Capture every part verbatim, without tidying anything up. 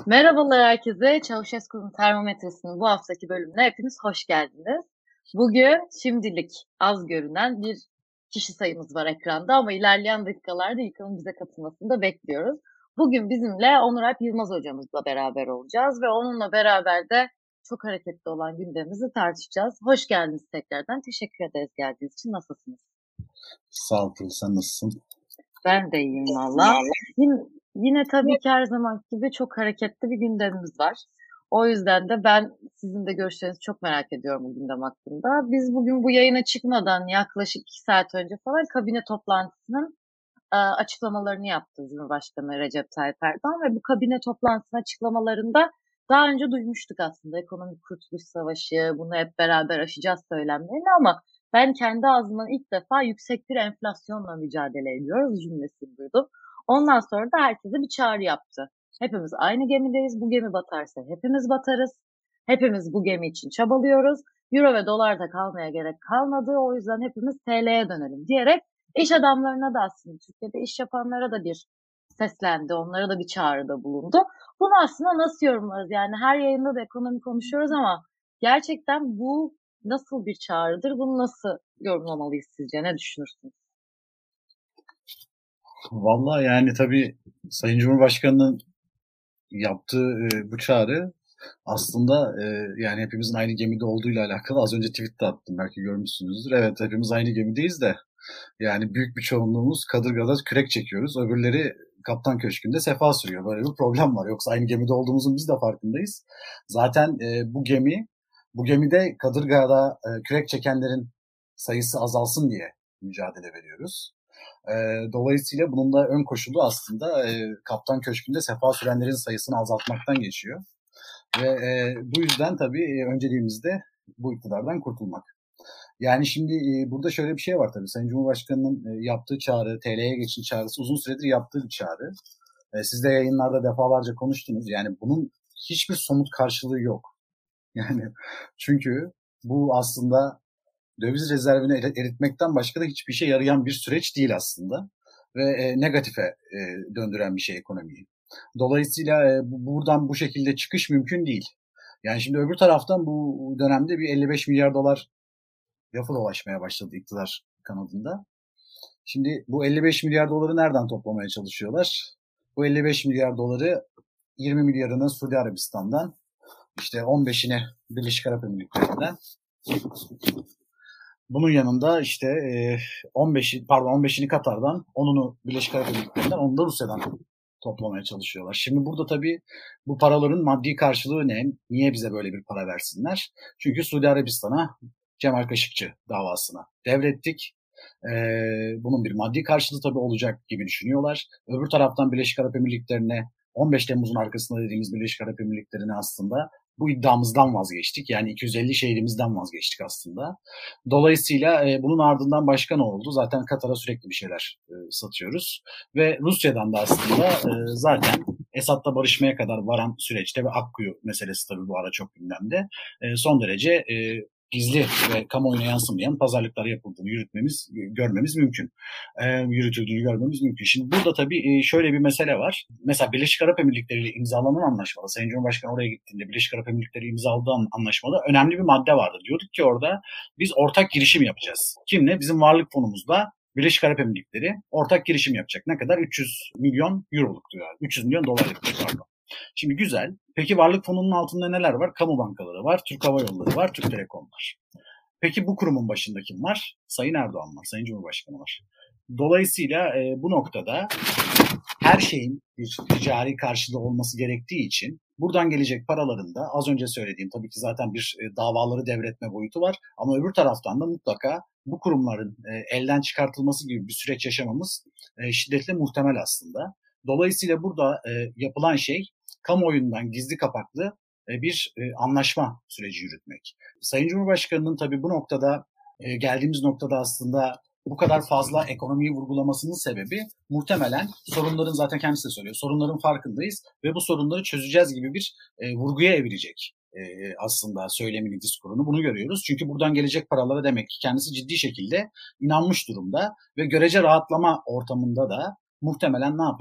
Merhabalar herkese. Çavuşesku'nun termometresinin bu haftaki bölümüne hepiniz hoş geldiniz. Bugün şimdilik az görünen bir kişi sayımız var ekranda ama ilerleyen dakikalarda İlkan'ın bize katılmasını da bekliyoruz. Bugün bizimle Onur Alp Yılmaz hocamızla beraber olacağız ve onunla beraber de çok hareketli olan gündemimizi tartışacağız. Hoş geldiniz tekrardan. Teşekkür ederiz geldiğiniz için. Nasılsınız? Sağ ol Pırıl, sen nasılsın? Ben de iyiyim valla. Yine, yine tabii ki her zaman gibi çok hareketli bir gündemimiz var. O yüzden de ben sizin de görüşlerinizi çok merak ediyorum bu gündem hakkında. Biz bugün bu yayına çıkmadan yaklaşık iki saat önce falan kabine toplantısının e, açıklamalarını yaptı Cumhurbaşkanı Recep Tayyip Erdoğan ve bu kabine toplantısının açıklamalarında daha önce duymuştuk aslında ekonomik kurtuluş savaşı, bunu hep beraber aşacağız söylemlerini ama ben kendi ağzımdan ilk defa yüksek bir enflasyonla mücadele ediyoruz cümlesini duydum. Ondan sonra da herkese bir çağrı yaptı. Hepimiz aynı gemideyiz. Bu gemi batarsa hepimiz batarız. Hepimiz bu gemi için çabalıyoruz. Euro ve dolarda kalmaya gerek kalmadı. O yüzden hepimiz T L'ye dönelim diyerek iş adamlarına da aslında Türkiye'de iş yapanlara da bir seslendi. Onlara da bir çağrıda bulundu. Bunu aslında nasıl yorumlarız? Yani her yayında da ekonomi konuşuyoruz ama gerçekten bu nasıl bir çağrıdır? Bunu nasıl yorumlamalıyız sizce? Ne düşünürsünüz? Vallahi yani tabii Sayın Cumhurbaşkanı'nın yaptığı e, bu çağrı aslında e, yani hepimizin aynı gemide olduğuyla alakalı. Az önce tweet de attım, belki görmüşsünüzdür. Evet, hepimiz aynı gemideyiz de yani büyük bir çoğunluğumuz kadırgada kürek çekiyoruz. Öbürleri Kaptan Köşkü'nde sefa sürüyor. Böyle bir problem var. Yoksa aynı gemide olduğumuzun biz de farkındayız. Zaten e, bu gemi, bu gemide kadırgada e, kürek çekenlerin sayısı azalsın diye mücadele veriyoruz. E, dolayısıyla bunun da ön koşulu aslında e, Kaptan Köşkü'nde sefa sürenlerin sayısını azaltmaktan geçiyor. Ve e, bu yüzden tabii e, önceliğimiz de bu iktidardan kurtulmak. Yani şimdi e, burada şöyle bir şey var tabii. Sayın Cumhurbaşkanı'nın e, yaptığı çağrı, T L'ye geçin çağrısı uzun süredir yaptığı bir çağrı. E, siz de yayınlarda defalarca konuştunuz. Yani bunun hiçbir somut karşılığı yok. Yani çünkü bu aslında döviz rezervini eritmekten başka da hiçbir şey yarayan bir süreç değil aslında. Ve e, negatife e, döndüren bir şey ekonomiyi. Dolayısıyla e, buradan bu şekilde çıkış mümkün değil. Yani şimdi öbür taraftan bu dönemde bir elli beş milyar dolar lafı dolaşmaya başladı iktidar kanadında. Şimdi bu elli beş milyar doları nereden toplamaya çalışıyorlar? Bu elli beş milyar doları yirmi milyarını Suudi Arabistan'dan, işte on beşini Birleşik Arap Emirlikleri'nden, bunun yanında işte on beşi pardon on beşini Katar'dan, onunu Birleşik Arap Emirlikleri'nden, onu da Rusya'dan toplamaya çalışıyorlar. Şimdi burada tabii bu paraların maddi karşılığı ne? Niye bize böyle bir para versinler? Çünkü Suudi Arabistan'a Cemal Kaşıkçı davasına devrettik. Ee, bunun bir maddi karşılığı tabii olacak gibi düşünüyorlar. Öbür taraftan Birleşik Arap Emirlikleri'ne, on beş Temmuz'un arkasında dediğimiz Birleşik Arap Emirlikleri'ne aslında bu iddiamızdan vazgeçtik. Yani iki yüz elli şehrimizden vazgeçtik aslında. Dolayısıyla e, bunun ardından başka ne oldu? Zaten Katar'a sürekli bir şeyler e, satıyoruz. Ve Rusya'dan da aslında e, zaten Esad'la barışmaya kadar varan süreçte ve Akkuyu meselesi tabii bu ara çok gündemde. E, son derece e, gizli ve kamuoyuna yansımayan pazarlıklar yapıldığını yürütmemiz, görmemiz mümkün. E, yürütüldüğünü görmemiz mümkün. Şimdi burada tabii e, şöyle bir mesele var. Mesela Birleşik Arap Emirlikleri ile imzalanan anlaşmada, Sayın Cumhurbaşkanı oraya gittiğinde Birleşik Arap Emirlikleri imzaladığı anlaşmada önemli bir madde vardı. Diyorduk ki orada biz ortak girişim yapacağız. Kimle? Bizim varlık fonumuzla Birleşik Arap Emirlikleri ortak girişim yapacak. Ne kadar? üç yüz milyon euroluktu yani. üç yüz milyon dolarlık pardon. Şimdi güzel. Peki varlık fonunun altında neler var? Kamu bankaları var, Türk Hava Yolları var, Türk Telekom var. Peki bu kurumun başında kim var? Sayın Erdoğan var, Sayın Cumhurbaşkanı var. Dolayısıyla e, bu noktada her şeyin bir ticari karşılığı olması gerektiği için buradan gelecek paraların da az önce söylediğim tabii ki zaten bir e, davaları devretme boyutu var. Ama öbür taraftan da mutlaka bu kurumların e, elden çıkartılması gibi bir süreç yaşamamız e, şiddetle muhtemel aslında. Dolayısıyla burada e, yapılan şey kamuoyundan gizli kapaklı e, bir e, anlaşma süreci yürütmek. Sayın Cumhurbaşkanı'nın tabii bu noktada e, geldiğimiz noktada aslında bu kadar fazla ekonomiyi vurgulamasının sebebi muhtemelen sorunların, zaten kendisi de söylüyor, sorunların farkındayız ve bu sorunları çözeceğiz gibi bir e, vurguya evirecek e, aslında söylemini, diskurunu, bunu görüyoruz. Çünkü buradan gelecek paralara demek ki kendisi ciddi şekilde inanmış durumda ve görece rahatlama ortamında da muhtemelen ne yapacak?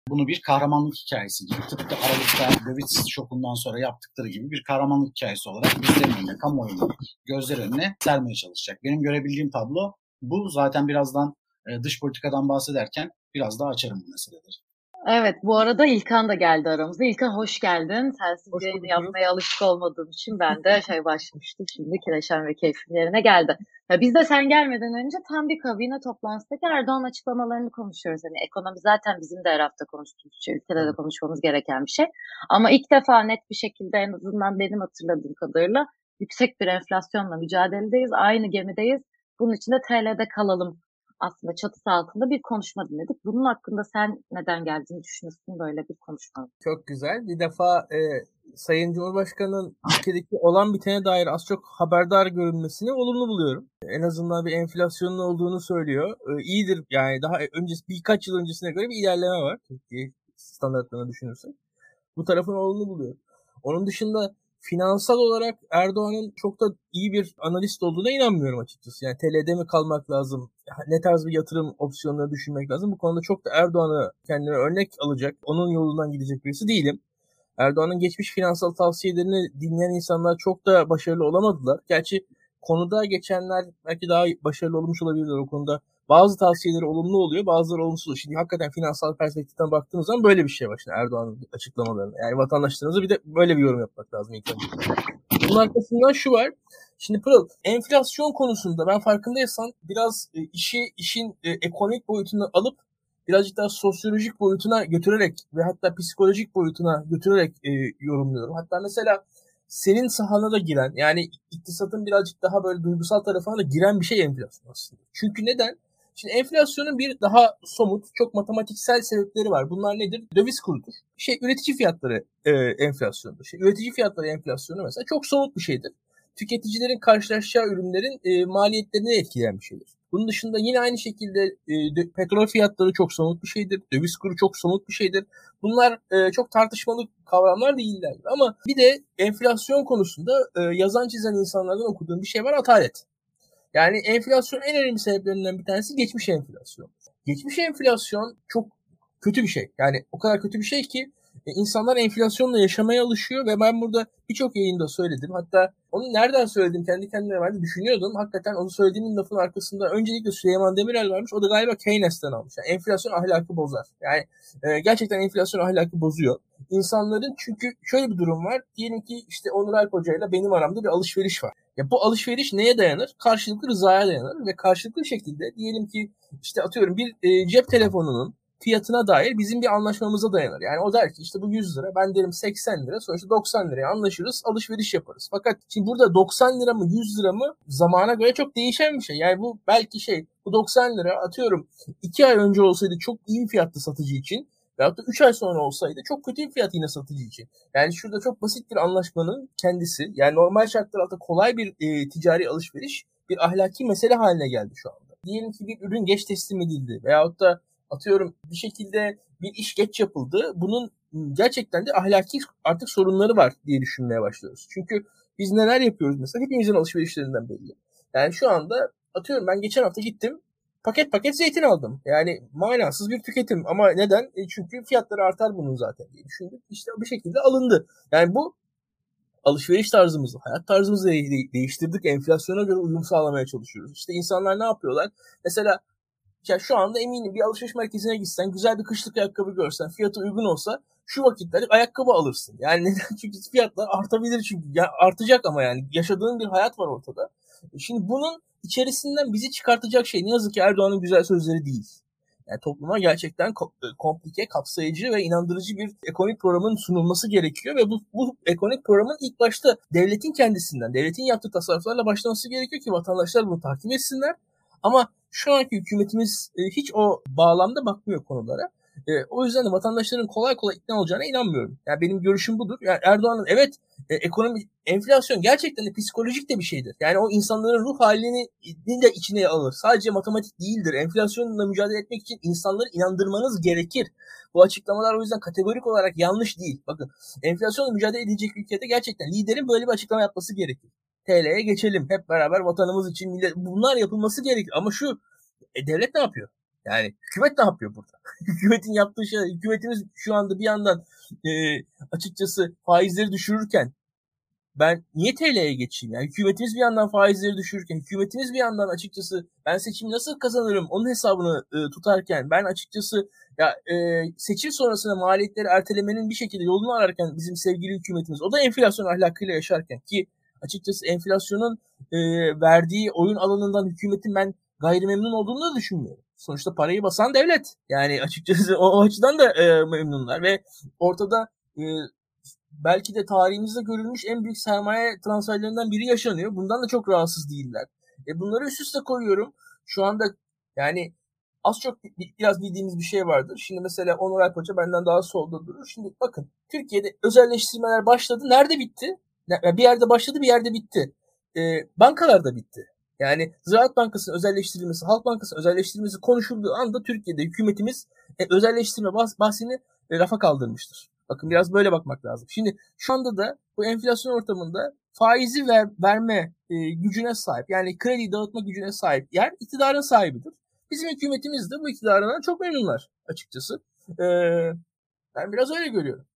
bunu bir kahramanlık hikayesi gibi, tıpkı Aralık'ta döviz şokundan sonra yaptıkları gibi bir kahramanlık hikayesi olarak bizlerin önüne, kamuoyunun gözler önüne sermeye çalışacak. Benim görebildiğim tablo bu. Zaten birazdan dış politikadan bahsederken biraz daha açarım bu meseleleri. Evet, bu arada İlkan da geldi aramıza. İlkan hoş geldin. Sensiz yayını yapmaya alışık olmadığım için ben de şey başlamıştım. Şimdi kireçen ve keyfim yerine geldi. Ya biz de sen gelmeden önce tam bir kabine toplantısındaki Erdoğan açıklamalarını konuşuyoruz. Hani ekonomi zaten bizim de her hafta konuştuğumuz şey, ülkede de konuşmamız gereken bir şey. Ama ilk defa net bir şekilde, en azından benim hatırladığım kadarıyla, yüksek bir enflasyonla mücadeledeyiz. Aynı gemideyiz. Bunun için de T L'de kalalım aslında çatısı altında bir konuşma dinledik. Bunun hakkında sen neden geldiğini düşünüyorsun, böyle bir konuşma? Çok güzel. Bir defa e, Sayın Cumhurbaşkanı'nın ülkedeki olan bitene dair az çok haberdar görünmesini olumlu buluyorum. En azından bir enflasyonun olduğunu söylüyor. E, iyidir yani, daha öncesi, birkaç yıl öncesine göre bir ilerleme var Türkiye standartlarını düşünürsek. Bu tarafını olumlu buluyorum. Onun dışında finansal olarak Erdoğan'ın çok da iyi bir analist olduğuna inanmıyorum açıkçası. Yani T L'de mi kalmak lazım? Ne tarz bir yatırım opsiyonları düşünmek lazım? Bu konuda çok da Erdoğan'ı kendine örnek alacak, onun yolundan gidecek birisi değilim. Erdoğan'ın geçmiş finansal tavsiyelerini dinleyen insanlar çok da başarılı olamadılar. Gerçi konuda geçenler belki daha başarılı olmuş olabilirler o konuda. Bazı tavsiyeleri olumlu oluyor, bazıları olumsuz. Şimdi hakikaten finansal perspektiften baktığınız zaman böyle bir şey var şimdi Erdoğan'ın açıklamalarına. Yani vatandaşlarınıza bir de böyle bir yorum yapmak lazım ilk önce. Bunun arkasından şu var. Şimdi Pırıl, enflasyon konusunda ben farkındaysan biraz e, işi işin e, ekonomik boyutundan alıp birazcık daha sosyolojik boyutuna götürerek ve hatta psikolojik boyutuna götürerek e, yorumluyorum. Hatta mesela senin sahana da giren, yani iktisatın birazcık daha böyle duygusal tarafına da giren bir şey enflasyon aslında. Çünkü neden? Şimdi enflasyonun bir daha somut, çok matematiksel sebepleri var. Bunlar nedir? Döviz kurudur. Şey, üretici fiyatları e, enflasyonudur. Şey, üretici fiyatları enflasyonu mesela çok somut bir şeydir. Tüketicilerin karşılaşacağı ürünlerin e, maliyetlerini etkileyen bir şeydir. Bunun dışında yine aynı şekilde e, petrol fiyatları çok somut bir şeydir. Döviz kuru çok somut bir şeydir. Bunlar e, çok tartışmalı kavramlar değiller. Ama bir de enflasyon konusunda e, yazan çizen insanlardan okuduğum bir şey var: atalet. Yani enflasyon en önemli sebeplerinden bir tanesi geçmiş enflasyon. Geçmiş enflasyon çok kötü bir şey. Yani o kadar kötü bir şey ki e, insanlar enflasyonla yaşamaya alışıyor ve ben burada birçok yayında söyledim. Hatta onu nereden söyledim kendi kendime ben de düşünüyordum. Hakikaten onu söylediğimin lafın arkasında öncelikle Süleyman Demirel varmış. O da galiba Keynes'ten almış. Yani enflasyon ahlakı bozar. Yani e, gerçekten enflasyon ahlakı bozuyor. İnsanların, çünkü şöyle bir durum var. Diyelim ki işte Onur Alp Hoca ile benim aramda bir alışveriş var. Ya bu alışveriş neye dayanır? Karşılıklı rızaya dayanır ve karşılıklı şekilde diyelim ki işte atıyorum bir e, cep telefonunun fiyatına dair bizim bir anlaşmamıza dayanır. Yani o der ki işte bu yüz lira, ben derim seksen lira, sonuçta doksan liraya anlaşırız, alışveriş yaparız. Fakat şimdi burada doksan lira mı yüz lira mı zamana göre çok değişen bir şey. Yani bu belki şey, bu doksan lira atıyorum iki ay önce olsaydı çok iyi bir fiyattı satıcı için. Veyahut da üç ay sonra olsaydı çok kötü bir fiyat yine satıcı için. Yani şurada çok basit bir anlaşmanın kendisi, yani normal şartlar altında kolay bir e, ticari alışveriş bir ahlaki mesele haline geldi şu anda. Diyelim ki bir ürün geç teslim edildi veyahut da atıyorum bir şekilde bir iş geç yapıldı. Bunun gerçekten de ahlaki artık sorunları var diye düşünmeye başlıyoruz. Çünkü biz neler yapıyoruz mesela, hepimizin alışverişlerinden belli. Yani şu anda atıyorum ben geçen hafta gittim, paket paket zeytin aldım. Yani manasız bir tüketim ama neden? E çünkü fiyatları artar bunun zaten diye düşündük. İşte bir şekilde alındı. Yani bu alışveriş tarzımızı, hayat tarzımızı değiştirdik. Enflasyona göre uyum sağlamaya çalışıyoruz. İşte insanlar ne yapıyorlar? Mesela ya şu anda eminim bir alışveriş merkezine gitsen, güzel bir kışlık ayakkabı görsen, fiyatı uygun olsa şu vakitlerde ayakkabı alırsın. Yani neden? Çünkü fiyatlar artabilir çünkü. Ya artacak ama yani yaşadığın bir hayat var ortada. Şimdi bunun içerisinden bizi çıkartacak şey ne yazık ki Erdoğan'ın güzel sözleri değil. Yani topluma gerçekten komplike, kapsayıcı ve inandırıcı bir ekonomik programın sunulması gerekiyor ve bu, bu ekonomik programın ilk başta devletin kendisinden, devletin yaptığı tasarruflarla başlaması gerekiyor ki vatandaşlar bunu takip etsinler. Ama şu anki hükümetimiz e, hiç o bağlamda bakmıyor konulara. E, o yüzden de vatandaşların kolay kolay ikna olacağına inanmıyorum. Yani benim görüşüm budur. Yani Erdoğan'ın evet e, ekonomi, enflasyon gerçekten de psikolojik de bir şeydir. Yani o insanların ruh halini de içine alır. Sadece matematik değildir. Enflasyonla mücadele etmek için insanları inandırmanız gerekir. Bu açıklamalar o yüzden kategorik olarak yanlış değil. Bakın, enflasyonla mücadele edecek ülkede gerçekten liderin böyle bir açıklama yapması gerekir. T L'ye geçelim hep beraber vatanımız için, millet, bunlar yapılması gerekir. Ama şu e, devlet ne yapıyor? Yani hükümet ne yapıyor burada? Hükümetin yaptığı şey, hükümetimiz şu anda bir yandan e, açıkçası faizleri düşürürken ben niye T L'ye geçeyim? Yani hükümetimiz bir yandan faizleri düşürürken, hükümetimiz bir yandan açıkçası ben seçimi nasıl kazanırım onun hesabını e, tutarken, ben açıkçası ya e, seçim sonrasında maliyetleri ertelemenin bir şekilde yolunu ararken bizim sevgili hükümetimiz, o da enflasyon ahlakıyla yaşarken, ki açıkçası enflasyonun e, verdiği oyun alanından hükümetin ben gayrimemnun olduğunu da düşünmüyorum. Sonuçta parayı basan devlet. Yani açıkçası o, o açıdan da e, memnunlar ve ortada e, belki de tarihimizde görülmüş en büyük sermaye transferlerinden biri yaşanıyor. Bundan da çok rahatsız değiller. E bunları üst üste koyuyorum. Şu anda yani az çok biraz bildiğimiz bir şey vardır. Şimdi mesela Onur Alp Hoca benden daha solda durur. Şimdi bakın, Türkiye'de özelleştirmeler başladı. Nerede bitti? Bir yerde başladı, bir yerde bitti. E, bankalarda bitti. Yani Ziraat Bankası'nın özelleştirilmesi, Halk Bankası'nın özelleştirilmesi konuşulduğu anda Türkiye'de hükümetimiz e, özelleştirme bahs- bahsini e, rafa kaldırmıştır. Bakın biraz böyle bakmak lazım. Şimdi şu anda da bu enflasyon ortamında faizi ver, verme e, gücüne sahip, yani kredi dağıtma gücüne sahip yer iktidarın sahibidir. Bizim hükümetimiz de bu iktidarından çok memnunlar açıkçası. E, ben biraz öyle görüyorum.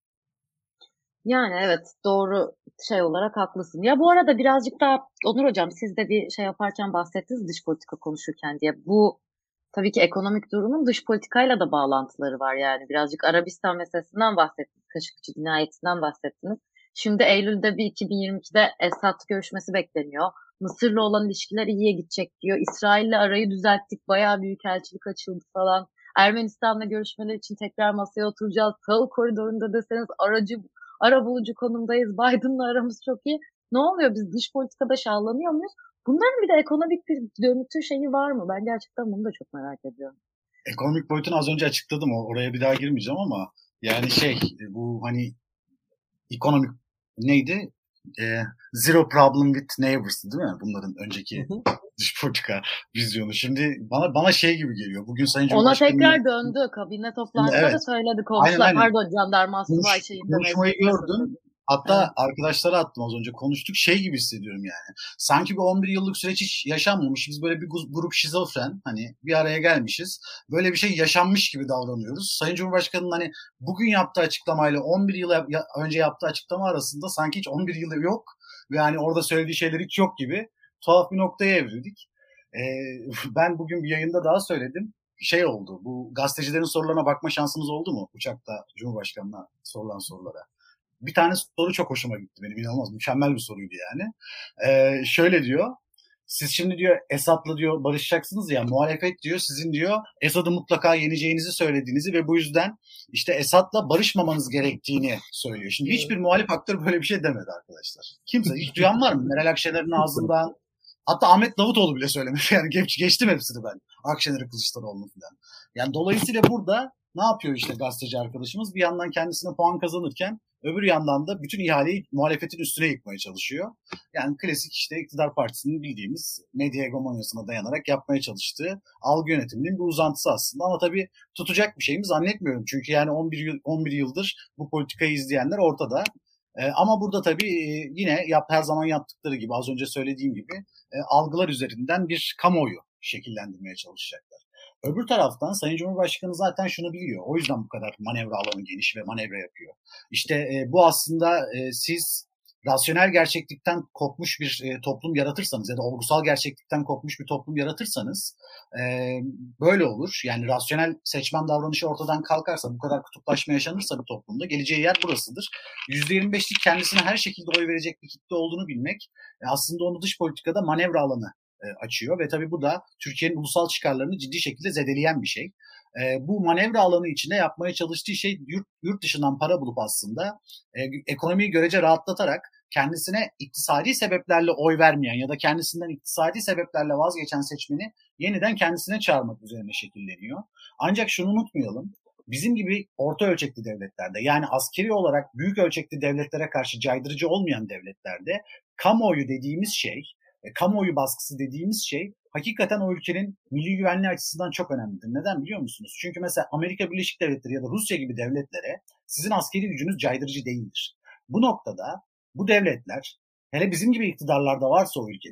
Yani evet, doğru şey olarak haklısın. Ya bu arada birazcık daha Onur Hocam, siz de bir şey yaparken bahsettiniz dış politika konuşurken diye. Bu tabii ki ekonomik durumun dış politikayla da bağlantıları var yani. Birazcık Arabistan meselesinden bahsettiniz, Kaşıkçı cinayetinden bahsettiniz. Şimdi Eylül'de bir iki bin yirmi ikide Esad görüşmesi bekleniyor. Mısır'la olan ilişkiler iyiye gidecek diyor. İsrail'le arayı düzelttik, bayağı büyükelçilik açıldı falan. Ermenistan'la görüşmeler için tekrar masaya oturacağız. Tahıl koridorunda deseniz aracı arabulucu konumdayız. Biden'la aramız çok iyi. Ne oluyor? Biz dış politikada şahlanıyor muyuz? Bunların bir de ekonomik bir dönütü şeyi var mı? Ben gerçekten bunu da çok merak ediyorum. Ekonomik boyutunu az önce açıkladım. Oraya bir daha girmeyeceğim ama yani şey, bu hani ekonomik neydi? Ee, Zero problem with neighbors'tı değil mi? Bunların önceki hı hı. dış politika vizyonu. Şimdi bana bana şey gibi geliyor. Bugün Sayın Cumhurbaşkanı... Ona tekrar döndü. Kabine toplantısında evet. da söyledi komşular. Aynen, aynen. Pardon, Jandarma Subay şeyinde. Konuşmayı gördüm. Hatta evet. arkadaşlara attım az önce, konuştuk. Şey gibi hissediyorum yani. Sanki bir on bir yıllık süreç hiç yaşanmamış. Biz böyle bir grup şizofren, hani bir araya gelmişiz. Böyle bir şey yaşanmış gibi davranıyoruz. Sayın Cumhurbaşkanı'nın hani bugün yaptığı açıklamayla on bir yıl önce yaptığı açıklama arasında sanki hiç on bir yılı yok. Ve hani orada söylediği şeyler hiç yok gibi tuhaf bir noktaya evrildik. Ee, ben bugün bir yayında daha söyledim. Şey oldu, bu gazetecilerin sorularına bakma şansınız oldu mu? Uçakta Cumhurbaşkanı'na sorulan sorulara. Bir tane soru çok hoşuma gitti benim, inanılmaz mükemmel bir soruydu yani. Ee, şöyle diyor, siz şimdi diyor Esad'la diyor barışacaksınız ya, muhalefet diyor sizin diyor Esad'ı mutlaka yeneceğinizi söylediğinizi ve bu yüzden işte Esad'la barışmamanız gerektiğini söylüyor. Şimdi hiçbir muhalif aktör böyle bir şey demedi arkadaşlar. Kimse, hiç duyan var mı? Meral Akşener'in ağzından, hatta Ahmet Davutoğlu bile söylemiş yani, geç, geçtim hepsini ben. Akşener'i, Kılıçdaroğlu'nu falan. Yani dolayısıyla burada ne yapıyor işte gazeteci arkadaşımız? Bir yandan kendisine puan kazanırken öbür yandan da bütün ihaleyi muhalefetin üstüne yıkmaya çalışıyor. Yani klasik işte iktidar partisinin bildiğimiz medya hegemonyasına dayanarak yapmaya çalıştığı algı yönetiminin bir uzantısı aslında. Ama tabii tutacak bir şey mi zannetmiyorum. Çünkü yani on bir, on bir yıldır bu politikayı izleyenler ortada. Ee, ama burada tabii yine yap, her zaman yaptıkları gibi, az önce söylediğim gibi e, algılar üzerinden bir kamuoyu şekillendirmeye çalışacaklar. Öbür taraftan Sayın Cumhurbaşkanı zaten şunu biliyor. O yüzden bu kadar manevra alanı geniş ve manevra yapıyor. İşte e, bu aslında e, siz rasyonel gerçeklikten kopmuş bir e, toplum yaratırsanız ya da olgusal gerçeklikten kopmuş bir toplum yaratırsanız e, böyle olur. Yani rasyonel seçmen davranışı ortadan kalkarsa, bu kadar kutuplaşma yaşanırsa bir toplumda geleceği yer burasıdır. yüzde yirmi beşlik kendisine her şekilde oy verecek bir kitle olduğunu bilmek e, aslında onu dış politikada manevra alanı açıyor ve tabii bu da Türkiye'nin ulusal çıkarlarını ciddi şekilde zedeleyen bir şey. E, bu manevra alanı içinde yapmaya çalıştığı şey yurt, yurt dışından para bulup aslında e, ekonomiyi görece rahatlatarak kendisine iktisadi sebeplerle oy vermeyen ya da kendisinden iktisadi sebeplerle vazgeçen seçmeni yeniden kendisine çağırmak üzerine şekilleniyor. Ancak şunu unutmayalım. Bizim gibi orta ölçekli devletlerde, yani askeri olarak büyük ölçekli devletlere karşı caydırıcı olmayan devletlerde kamuoyu dediğimiz şey, E, kamuoyu baskısı dediğimiz şey hakikaten o ülkenin milli güvenliği açısından çok önemlidir. Neden biliyor musunuz? Çünkü mesela Amerika Birleşik Devletleri ya da Rusya gibi devletlere sizin askeri gücünüz caydırıcı değildir. Bu noktada bu devletler, hele bizim gibi iktidarlarda varsa o ülkede,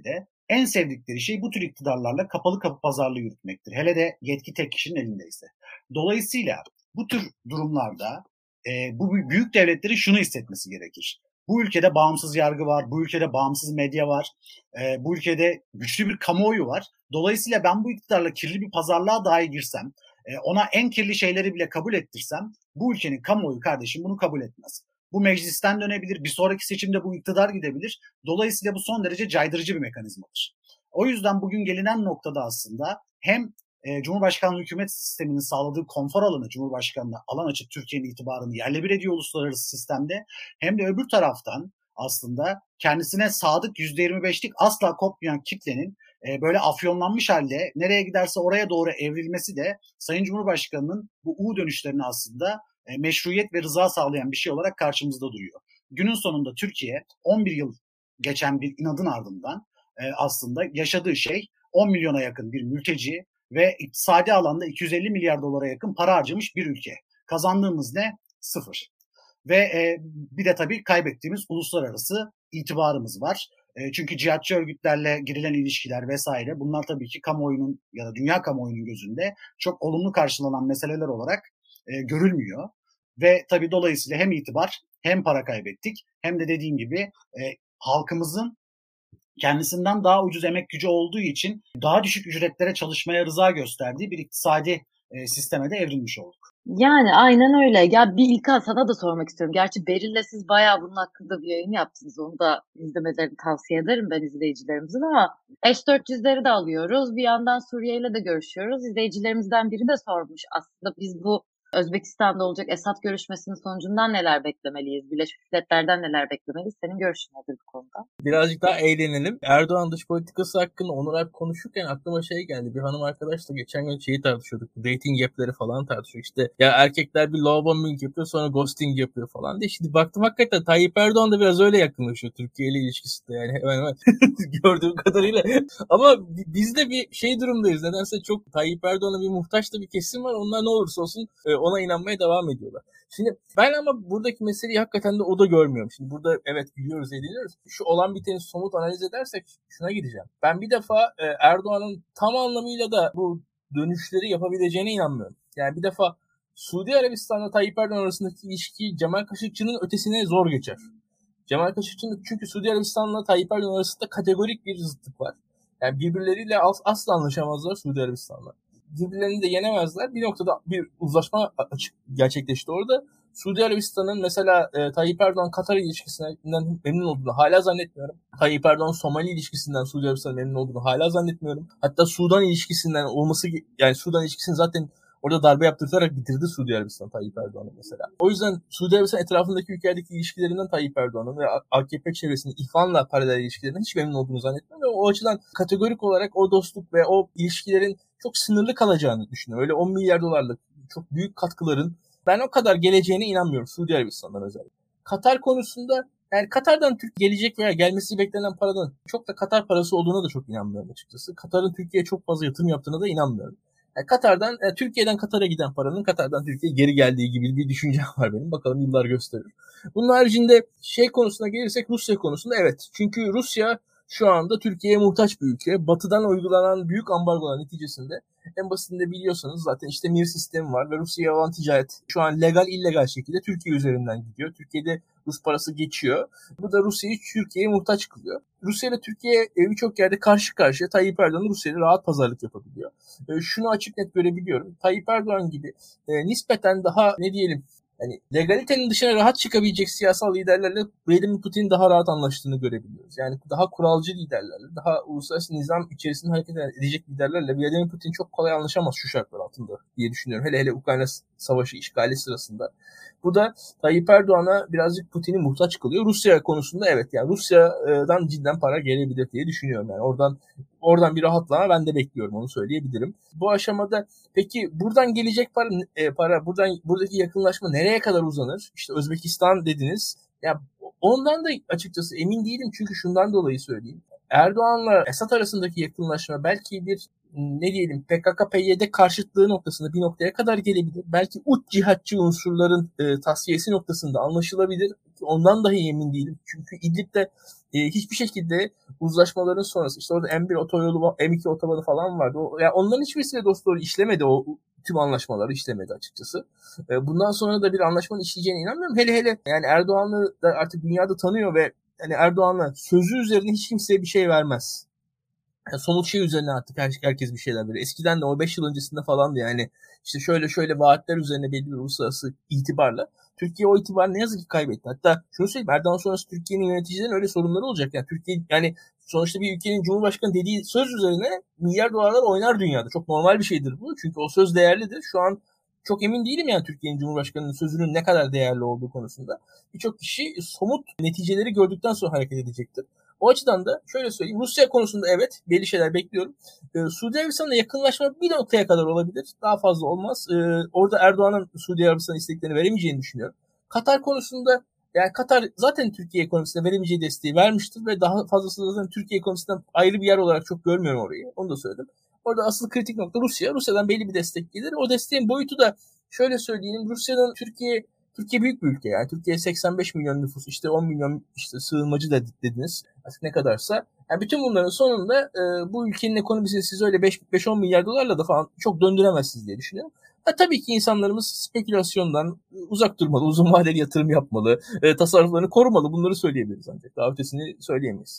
en sevdikleri şey bu tür iktidarlarla kapalı kapı pazarlığı yürütmektir. Hele de yetki tek kişinin elindeyse. Dolayısıyla bu tür durumlarda e, bu büyük devletlerin şunu hissetmesi gerekir. Bu ülkede bağımsız yargı var, bu ülkede bağımsız medya var, e, bu ülkede güçlü bir kamuoyu var. Dolayısıyla ben bu iktidarla kirli bir pazarlığa dahi girsem, e, ona en kirli şeyleri bile kabul ettirsem, bu ülkenin kamuoyu kardeşim bunu kabul etmez. Bu meclisten dönebilir, bir sonraki seçimde bu iktidar gidebilir. Dolayısıyla bu son derece caydırıcı bir mekanizmadır. O yüzden bugün gelinen noktada aslında hem e, Cumhurbaşkanlığı hükümet sisteminin sağladığı konfor alanı, Cumhurbaşkanlığı alan açıp Türkiye'nin itibarını yerle bir ediyor uluslararası sistemde, hem de öbür taraftan aslında kendisine sadık yüzde yirmi beşlik asla kopmayan kitlenin e, böyle afyonlanmış halde nereye giderse oraya doğru evrilmesi de Sayın Cumhurbaşkanı'nın bu U dönüşlerini aslında e, meşruiyet ve rıza sağlayan bir şey olarak karşımızda duruyor. Günün sonunda Türkiye on bir yıl geçen bir inadın ardından e, aslında yaşadığı şey on milyona yakın bir mülteci ve iktisadi alanda iki yüz elli milyar dolara yakın para harcamış bir ülke. Kazandığımız ne? Sıfır. Ve e, bir de tabii kaybettiğimiz uluslararası itibarımız var. E, çünkü cihatçı örgütlerle girilen ilişkiler vesaire, bunlar tabii ki kamuoyunun ya da dünya kamuoyunun gözünde çok olumlu karşılanan meseleler olarak e, görülmüyor. Ve tabii dolayısıyla hem itibar hem para kaybettik, hem de dediğim gibi e, halkımızın kendisinden daha ucuz emek gücü olduğu için daha düşük ücretlere çalışmaya rıza gösterdiği bir iktisadi e, sisteme de evrilmiş olduk. Yani aynen öyle. Ya bir İlkan, sana da sormak istiyorum. Gerçi Beril'le siz bayağı bunun hakkında bir yayın yaptınız. Onu da izlemelerini tavsiye ederim ben izleyicilerimizin, ama S dört yüzleri de alıyoruz. Bir yandan Suriye ile de görüşüyoruz. İzleyicilerimizden biri de sormuş aslında, biz bu Özbekistan'da olacak Esad görüşmesinin sonucundan neler beklemeliyiz? Birleşmiş Milletler'den neler beklemeliyiz? Senin görüşün nedir bu konuda? Birazcık daha eğlenelim. Erdoğan dış politikası hakkında Onur Alp konuşurken aklıma şey geldi. Bir hanım arkadaşla geçen gün şeyi tartışıyorduk. Dating app'leri falan tartışıyor. İşte ya erkekler bir love bombing yapıyor, sonra ghosting yapıyor falan diye. Şimdi baktım hakikaten Tayyip Erdoğan da biraz öyle yakınlaşıyor Türkiye ile ilişkisinde, yani hemen hemen gördüğüm kadarıyla. Ama biz de bir şey durumdayız. Nedense çok Tayyip Erdoğan'a bir muhtaç da bir kesim var. Onlar ne olursa olsun ona inanmaya devam ediyorlar. Şimdi ben ama buradaki meseleyi hakikaten de o da görmüyorum. Şimdi burada evet gülüyoruz, ediliyoruz. Şu olan biteni somut analiz edersek şuna gideceğim. Ben bir defa Erdoğan'ın tam anlamıyla da bu dönüşleri yapabileceğine inanmıyorum. Yani bir defa Suudi Arabistan'la Tayyip Erdoğan arasındaki ilişki Cemal Kaşıkçı'nın ötesine zor geçer. Cemal Kaşıkçı'nın, çünkü Suudi Arabistan'la Tayyip Erdoğan arasında kategorik bir zıtlık var. Yani birbirleriyle asla anlaşamazlar Suudi Arabistan'la. Birbirlerini de yenemezler. Bir noktada bir uzlaşma açık gerçekleşti orada. Suudi Arabistan'ın mesela e, Tayyip Erdoğan Katar ilişkisinden memnun olduğunu hala zannetmiyorum. Tayyip Erdoğan Somali ilişkisinden Suudi Arabistan'ın memnun olduğunu hala zannetmiyorum. Hatta Sudan ilişkisinden olması, yani Sudan ilişkisini zaten orada darbe yaptırtarak bitirdi Suudi Arabistan Tayyip Erdoğan'ı mesela. O yüzden Suudi Arabistan etrafındaki ülkelerdeki ilişkilerinden Tayyip Erdoğan'ın ve A K P çevresinin İhvan'la paralel ilişkilerinden hiç memnun olduğunu zannetmiyorum. Ve o açıdan kategorik olarak o dostluk ve o ilişkilerin çok sınırlı kalacağını düşünüyorum. Öyle on milyar dolarlık çok büyük katkıların ben o kadar geleceğine inanmıyorum Suudi Arabistan'dan özellikle. Katar konusunda, yani Katar'dan Türkiye gelecek veya gelmesi beklenen paradan çok da Katar parası olduğuna da çok inanmıyorum açıkçası. Katar'ın Türkiye'ye çok fazla yatırım yaptığına da inanmıyorum. Yani Katar'dan, yani Türkiye'den Katar'a giden paranın Katar'dan Türkiye'ye geri geldiği gibi bir düşüncem var benim. Bakalım yıllar gösterir. Bunun haricinde şey konusuna gelirsek, Rusya konusunda evet. Çünkü Rusya şu anda Türkiye'ye muhtaç bir ülke. Batı'dan uygulanan büyük ambargolar neticesinde, en basitinde biliyorsanız zaten işte M I R sistemi var ve Rusya'ya olan ticaret şu an legal illegal şekilde Türkiye üzerinden gidiyor. Türkiye'de Rus parası geçiyor. Bu da Rusya'yı Türkiye'ye muhtaç kılıyor. Rusya ile Türkiye birçok yerde karşı karşıya. Tayyip Erdoğan Rusya'yla rahat pazarlık yapabiliyor. Şunu açık net görebiliyorum. Tayyip Erdoğan gibi e, nispeten daha ne diyelim, yani legalitenin dışına rahat çıkabilecek siyasal liderlerle Vladimir Putin'in daha rahat anlaştığını görebiliyoruz. Yani daha kuralcı liderlerle, daha uluslararası nizam içerisinde hareket edecek liderlerle Vladimir Putin çok kolay anlaşamaz şu şartlar altında diye düşünüyorum. Hele hele Ukrayna savaşı işgali sırasında. Bu da Tayyip Erdoğan'a birazcık Putin'i muhtaç kılıyor. Rusya konusunda evet, yani Rusya'dan cidden para gelebilir diye düşünüyorum. Yani oradan oradan bir rahatlama ben de bekliyorum, onu söyleyebilirim. Bu aşamada peki buradan gelecek para, e, para buradan buradaki yakınlaşma nereye kadar uzanır? İşte Özbekistan dediniz. Ya ondan da açıkçası emin değilim, çünkü şundan dolayı söyleyeyim. Erdoğan'la Esad arasındaki yakınlaşma belki bir ne diyelim P K K P Y D karşıtlığı noktasında bir noktaya kadar gelebilir. Belki uç cihatçı unsurların e, tasfiyesi noktasında anlaşılabilir. ondan dahi emin değilim. Çünkü İdlib'de e, hiçbir şekilde uzlaşmaların sonrası işte orada M bir otoyolu, M iki otobanı falan vardı. O, yani onların hiçbirisiyle dost doğru işlemedi, o tüm anlaşmaları işlemedi açıkçası. E, bundan sonra da bir anlaşmanın işleyeceğine inanmıyorum. Hele hele yani Erdoğan'ı da artık dünyada tanıyor ve yani Erdoğan'la sözü üzerine hiç kimseye bir şey vermez. Yani somut şey üzerine artık her, herkes bir şeyler verir. Eskiden de o beş yıl öncesinde falandı yani işte şöyle şöyle vaatler üzerine belli bir uluslararası itibarla Türkiye o itibarı ne yazık ki kaybetti. Hatta şunu söyleyeyim, Erdoğan sonrası Türkiye'nin yöneticilerin öyle sorunları olacak. Yani Türkiye yani sonuçta bir ülkenin Cumhurbaşkanı dediği söz üzerine milyar dolarlar oynar dünyada. Çok normal bir şeydir bu. Çünkü o söz değerlidir. Şu an çok emin değilim yani Türkiye'nin Cumhurbaşkanı'nın sözünün ne kadar değerli olduğu konusunda. Birçok kişi somut neticeleri gördükten sonra hareket edecektir. O açıdan da şöyle söyleyeyim. Rusya konusunda evet belli şeyler bekliyorum. Ee, Suudi Arabistan'la yakınlaşma bir noktaya kadar olabilir. Daha fazla olmaz. Ee, orada Erdoğan'ın Suudi Arabistan'a isteklerini veremeyeceğini düşünüyorum. Katar konusunda yani Katar zaten Türkiye ekonomisine veremeyeceği desteği vermiştir ve daha fazlası zaten Türkiye ekonomisinden ayrı bir yer olarak çok görmüyorum orayı. Onu da söyledim. Orada asıl kritik nokta Rusya. Rusya'dan belli bir destek gelir. O desteğin boyutu da şöyle söyleyeyim. Rusya'nın Türkiye Türkiye büyük bir ülke yani. Türkiye seksen beş milyon nüfus, işte on milyon işte sığınmacı da dediniz. Artık ne kadarsa. Yani bütün bunların sonunda e, bu ülkenin ekonomisini siz öyle beş on milyar dolarla da falan çok döndüremezsiniz diye düşünüyorum. Ha, tabii ki insanlarımız spekülasyondan uzak durmalı, uzun vadeli yatırım yapmalı, e, tasarruflarını korumalı. Bunları söyleyebiliriz ancak. Daha ötesini söyleyemeyiz.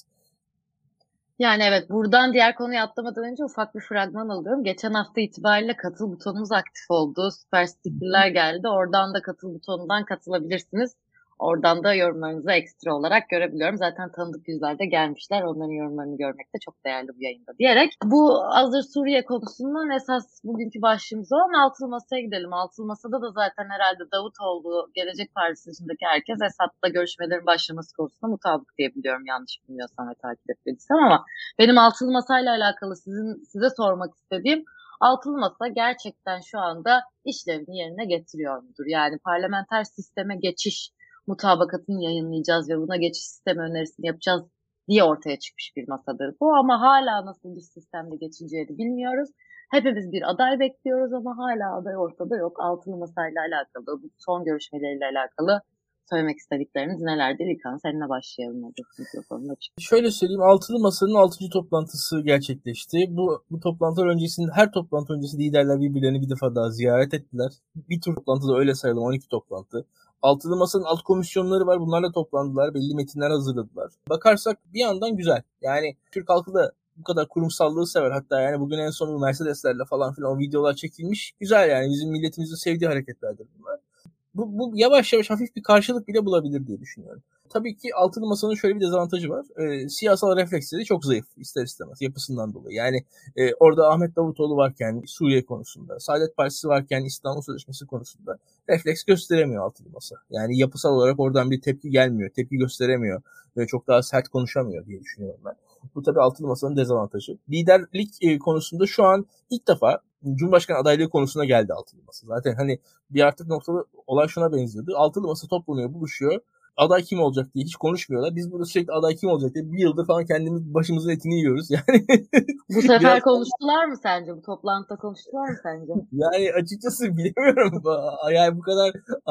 Yani evet, buradan diğer konuya atlamadan önce ufak bir fragman alıyorum. Geçen hafta itibariyle katıl butonumuz aktif oldu. Süper sticker'lar geldi. Oradan da katıl butonundan katılabilirsiniz. Oradan da yorumlarınızı ekstra olarak görebiliyorum. Zaten tanıdık yüzler de gelmişler. Onların yorumlarını görmek de çok değerli bu yayında diyerek. Bu hazır Suriye konusundan esas bugünkü başlığımız olan Altılı Masa'ya gidelim. Altılı Masa'da da zaten herhalde Davutoğlu, Gelecek Partisi dışındaki herkes Esad'la görüşmelerin başlaması konusunda mutabık diye biliyorum. Yanlış bilmiyorsam ve takip etmediysem ama benim Altılı Masa'yla alakalı sizin size sormak istediğim, Altılı Masa gerçekten şu anda işlevini yerine getiriyor mudur? Yani parlamenter sisteme geçiş mutabakatını yayınlayacağız ve buna geçiş sistemi önerisini yapacağız diye ortaya çıkmış bir masadır bu, ama hala nasıl bir sistemde geçileceğini bilmiyoruz. Hepimiz bir aday bekliyoruz ama hala aday ortada yok. Altılı Masa'yla alakalı, bu son görüşmeleriyle alakalı söylemek istedikleriniz nelerdir? İlkan, seninle başlayalım. Mikrofonun açık. Şöyle söyleyeyim, Altılı Masa'nın altıncı toplantısı gerçekleşti. Bu, bu toplantılar öncesinde, her toplantı öncesi liderler birbirlerini bir defa daha ziyaret ettiler. Bir tur toplantıda öyle sayalım, on iki toplantı. Altılı Masa'nın alt komisyonları var, bunlarla toplandılar, belli metinler hazırladılar. Bakarsak bir yandan güzel. Yani Türk halkı da bu kadar kurumsallığı sever. Hatta yani bugün en son Mercedeslerle falan filan o videolar çekilmiş. Güzel yani, bizim milletimizin sevdiği hareketlerdir bunlar. Bu, bu yavaş yavaş hafif bir karşılık bile bulabilir diye düşünüyorum. Tabii ki Altılı Masa'nın şöyle bir dezavantajı var. E, siyasal refleksleri çok zayıf ister istemez yapısından dolayı. Yani e, orada Ahmet Davutoğlu varken Suriye konusunda, Saadet Partisi varken İstanbul Sözleşmesi konusunda refleks gösteremiyor Altılı Masa. Yani yapısal olarak oradan bir tepki gelmiyor, tepki gösteremiyor ve çok daha sert konuşamıyor diye düşünüyorum ben. Bu tabii Altılı Masa'nın dezavantajı. Liderlik e, konusunda şu an ilk defa Cumhurbaşkanı adaylığı konusuna geldi Altılı Masa. Zaten hani bir artık noktada olay şuna benziyordu. Altılı Masa toplanıyor, buluşuyor. Aday kim olacak diye hiç konuşmuyorlar. Biz burada sürekli aday kim olacak diye bir yıldır falan kendimiz başımızın etini yiyoruz. Yani bu sefer biraz... konuştular mı sence? Bu toplantıda konuştular mı sence? Yani açıkçası bilemiyorum. Yani bu kadar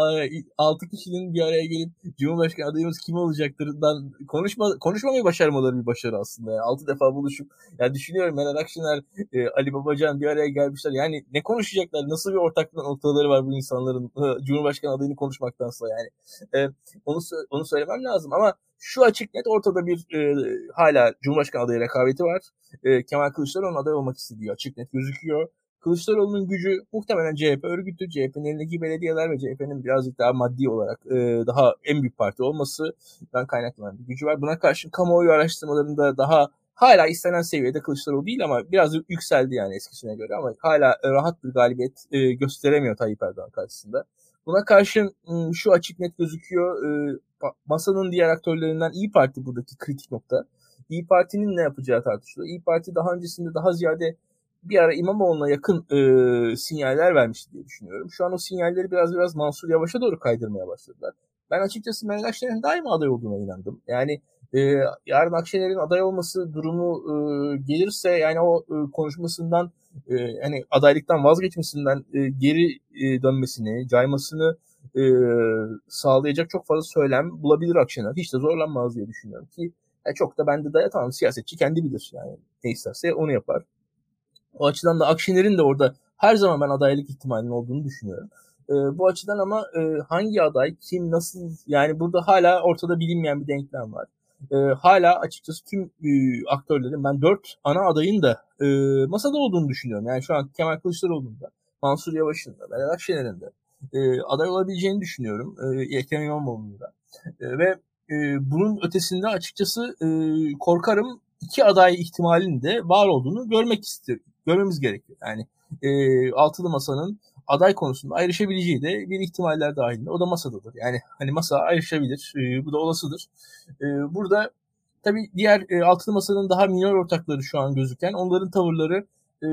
altı kişinin bir araya gelip Cumhurbaşkanı adayımız kim olacaktırdan konuşma konuşmamayı başarmaları bir başarı aslında. Yani altı defa buluşup yani düşünüyorum, Meral Akşener, Ali Babacan bir araya gelmişler. Yani ne konuşacaklar? Nasıl bir ortak noktaları var bu insanların Cumhurbaşkanı adayını konuşmaktansa yani. Onu onu söylemem lazım ama şu açık net ortada bir e, hala Cumhurbaşkanı adayı rekabeti var. E, Kemal Kılıçdaroğlu'nun aday olmak istediği açık net gözüküyor. Kılıçdaroğlu'nun gücü muhtemelen C H P örgütü, C H P'nin elindeki belediyeler ve C H P'nin birazcık daha maddi olarak e, daha en büyük parti olmasından kaynaklanan bir gücü var. Buna karşın kamuoyu araştırmalarında daha hala istenen seviyede Kılıçdaroğlu değil ama biraz yükseldi yani eskisine göre, ama hala rahat bir galibiyet e, gösteremiyor Tayyip Erdoğan karşısında. Buna karşın şu açık net gözüküyor, masanın diğer aktörlerinden İYİ Parti buradaki kritik nokta. İYİ Parti'nin ne yapacağı tartışılıyor. İYİ Parti daha öncesinde daha ziyade bir ara İmamoğlu'na yakın e, sinyaller vermişti diye düşünüyorum. Şu an o sinyalleri biraz biraz Mansur Yavaş'a doğru kaydırmaya başladılar. Ben açıkçası Meral Akşener'in daima aday olduğuna inandım. Yani e, yarın Akşener'in aday olması durumu e, gelirse yani o e, konuşmasından e, yani adaylıktan vazgeçmesinden e, geri e, dönmesini, caymasını e, sağlayacak çok fazla söylem bulabilir Akşener. Hiç de zorlanmaz diye düşünüyorum ki e, çok da bende de tamam, siyasetçi kendi bilir. Yani ne isterse onu yapar. O açıdan da Akşener'in de orada her zaman ben adaylık ihtimalinin olduğunu düşünüyorum. E, bu açıdan ama e, hangi aday, kim, nasıl, yani burada hala ortada bilinmeyen bir denklem var. E, hala açıkçası tüm e, aktörlerin, ben dört ana adayın da e, masada olduğunu düşünüyorum. Yani şu an Kemal Kılıçdaroğlu'nun da, Mansur Yavaş'ın da, Meral Akşener'in de e, aday olabileceğini düşünüyorum. E, Ekrem İmamoğlu'nun da. E, ve e, bunun ötesinde açıkçası e, korkarım iki aday ihtimalinin de var olduğunu görmek istiyorum. Görmemiz gerekiyor. Yani e, altılı masanın aday konusunda ayrışabileceği de bir ihtimaller dahilinde. O da masadadır. Yani hani masa ayrışabilir. E, bu da olasıdır. E, burada tabii diğer e, altılı masanın daha minor ortakları şu an gözüken, onların tavırları e,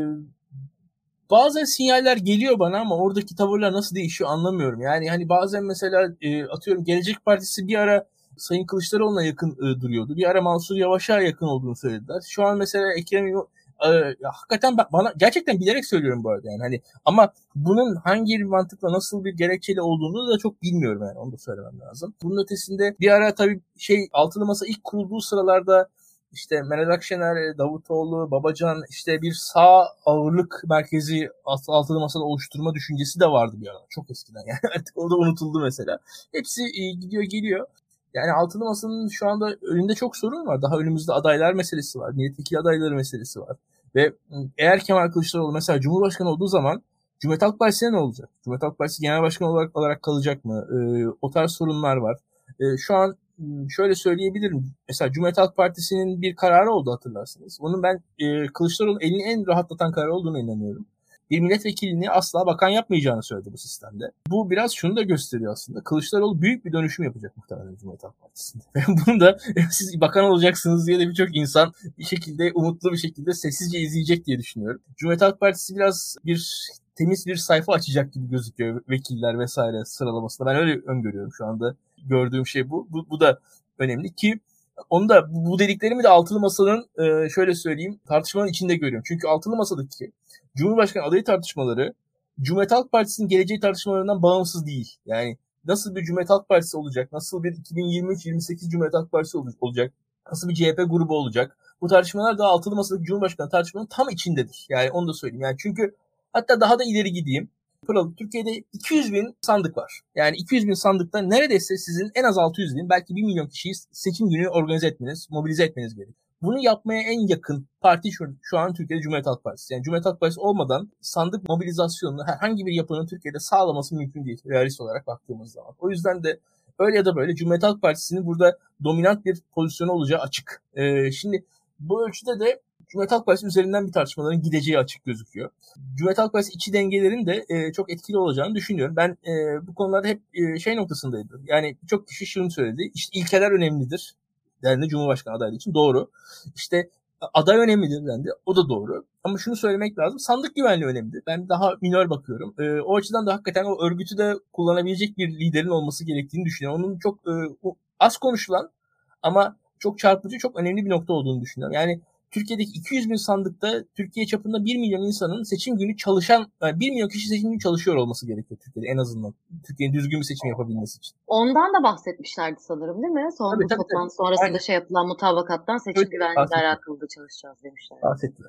bazen sinyaller geliyor bana ama oradaki tavırlar nasıl değişiyor anlamıyorum. Yani hani bazen mesela e, atıyorum Gelecek Partisi bir ara Sayın Kılıçdaroğlu'na yakın e, duruyordu. Bir ara Mansur Yavaş'a yakın olduğunu söylediler. Şu an mesela Ekrem İmamoğlu e, ya, hakikaten bana gerçekten bilerek söylüyorum bu arada yani hani, ama bunun hangi bir mantıkla, nasıl bir gerekçeli olduğunu da çok bilmiyorum yani, onu da söylemem lazım. Bunun ötesinde bir ara tabii şey, altılı masa ilk kurulduğu sıralarda İşte Meral Akşener, Davutoğlu, Babacan, işte bir sağ ağırlık merkezi altılı masada oluşturma düşüncesi de vardı bir ara. Çok eskiden yani, artık o da unutuldu mesela. Hepsi gidiyor geliyor. Yani altılı masanın şu anda önünde çok sorun var. Daha önümüzde adaylar meselesi var. Milletvekili adayları meselesi var. Ve eğer Kemal Kılıçdaroğlu mesela Cumhurbaşkanı olduğu zaman Cumhuriyet Halk Partisi'ne ne olacak? Cumhuriyet Halk Partisi genel başkan olarak, olarak kalacak mı? Ee, o tarz sorunlar var. Ee, şu an şöyle söyleyebilirim. Mesela Cumhuriyet Halk Partisi'nin bir kararı oldu, hatırlarsınız. Bunun ben e, Kılıçdaroğlu'nun elini en rahatlatan karar olduğunu inanıyorum. Bir milletvekilini asla bakan yapmayacağını söyledi bu sistemde. Bu biraz şunu da gösteriyor aslında. Kılıçdaroğlu büyük bir dönüşüm yapacak muhtemelen Cumhuriyet Halk Partisi'nde. Ve bunu da siz bakan olacaksınız diye de birçok insan bir şekilde, umutlu bir şekilde sessizce izleyecek diye düşünüyorum. Cumhuriyet Halk Partisi biraz bir temiz bir sayfa açacak gibi gözüküyor vekiller vesaire sıralamasında. Ben öyle öngörüyorum şu anda. Gördüğüm şey bu. Bu, bu da önemli ki onu da, bu dediklerimi de altılı masanın e, şöyle söyleyeyim, tartışmanın içinde görüyorum. Çünkü altılı masadaki Cumhurbaşkanı adayı tartışmaları Cumhuriyet Halk Partisi'nin geleceği tartışmalarından bağımsız değil. Yani nasıl bir Cumhuriyet Halk Partisi olacak, nasıl bir iki bin yirmi üç yirmi sekiz Cumhuriyet Halk Partisi olacak, nasıl bir C H P grubu olacak. Bu tartışmalar da altılı masadaki Cumhurbaşkanı tartışmalarının tam içindedir. Yani onu da söyleyeyim. Yani çünkü hatta daha da ileri gideyim. Türkiye'de iki yüz bin sandık var. Yani iki yüz bin sandıkta neredeyse sizin en az altı yüz bin, belki bir milyon kişiyi seçim günü organize etmeniz, mobilize etmeniz gerekiyor. Bunu yapmaya en yakın parti şu, şu an Türkiye'de Cumhuriyet Halk Partisi. Yani Cumhuriyet Halk Partisi olmadan sandık mobilizasyonunu herhangi bir yapının Türkiye'de sağlaması mümkün değil, realist olarak baktığımız zaman. O yüzden de öyle ya da böyle Cumhuriyet Halk Partisi'nin burada dominant bir pozisyonu olacağı açık. Ee, şimdi bu ölçüde de Cumhuriyet Halk Partisi üzerinden bir tartışmaların gideceği açık gözüküyor. Cumhuriyet Halk Partisi içi dengelerin de e, çok etkili olacağını düşünüyorum. Ben e, bu konularda hep e, şey noktasındaydım. Yani çok kişi şunu söyledi. İşte ilkeler önemlidir dendi Cumhurbaşkanı adaylığı için. Doğru. İşte aday önemlidir dendi. O da doğru. Ama şunu söylemek lazım. Sandık güvenliği önemli. Ben daha minör bakıyorum. E, o açıdan da hakikaten o örgütü de kullanabilecek bir liderin olması gerektiğini düşünüyorum. Onun çok e, az konuşulan ama çok çarpıcı, çok önemli bir nokta olduğunu düşünüyorum. Yani Türkiye'deki iki yüz bin sandıkta Türkiye çapında bir milyon insanın seçim günü çalışan, yani bir milyon kişi seçim günü çalışıyor olması gerekiyor Türkiye'de en azından. Türkiye'nin düzgün bir seçim yapabilmesi için. Ondan da bahsetmişlerdi sanırım, değil mi? Son tabii, bu tabii, toplantı tabii. sonrasında Aynen. şey yapılan mutabakattan seçim Evet, güvenliğiyle alakalı da çalışacağız demişler. Bahsettiler.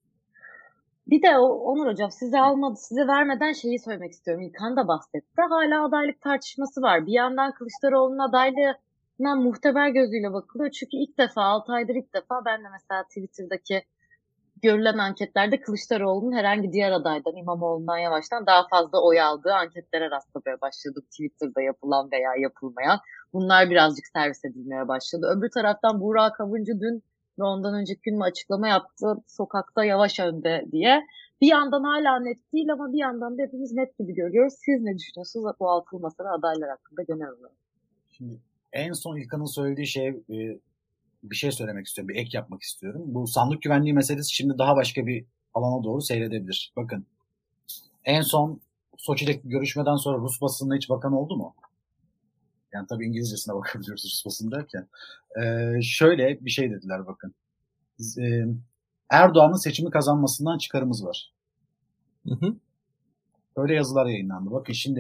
Bir de Onur Hocam, size almadı, size vermeden şeyi söylemek istiyorum. İlkan da bahsetti. Hala adaylık tartışması var. Bir yandan Kılıçdaroğlu'nun adaylığına muhteber gözüyle bakılıyor. Çünkü ilk defa, altı aydır ilk defa ben de mesela Twitter'daki görülen anketlerde Kılıçdaroğlu'nun herhangi diğer adaydan, İmamoğlu'ndan, Yavaş'tan daha fazla oy aldığı anketlere rastlamaya başladık. Twitter'da yapılan veya yapılmayan. Bunlar birazcık servis edilmeye başladı. Öbür taraftan Burak Avıncı dün ve ondan önceki gün mü açıklama yaptı, sokakta Yavaş önde diye. Bir yandan hala net değil ama bir yandan da hepimiz net gibi görüyoruz. Siz ne düşünüyorsunuz bu altılı masada adaylar hakkında genel olarak? Şimdi en son İlkan'ın söylediği şey, bir şey söylemek istiyorum, bir ek yapmak istiyorum. Bu sandık güvenliği meselesi şimdi daha başka bir alana doğru seyredebilir. Bakın, en son Soçi'deki görüşmeden sonra Rus basınına hiç bakan oldu mu? Yani tabii İngilizcesine bakabiliyoruz Rus basını derken. Ee, şöyle bir şey dediler bakın. Ee, Erdoğan'ın seçimi kazanmasından çıkarımız var. Hı hı. Öyle yazılar yayınlandı. Bakın şimdi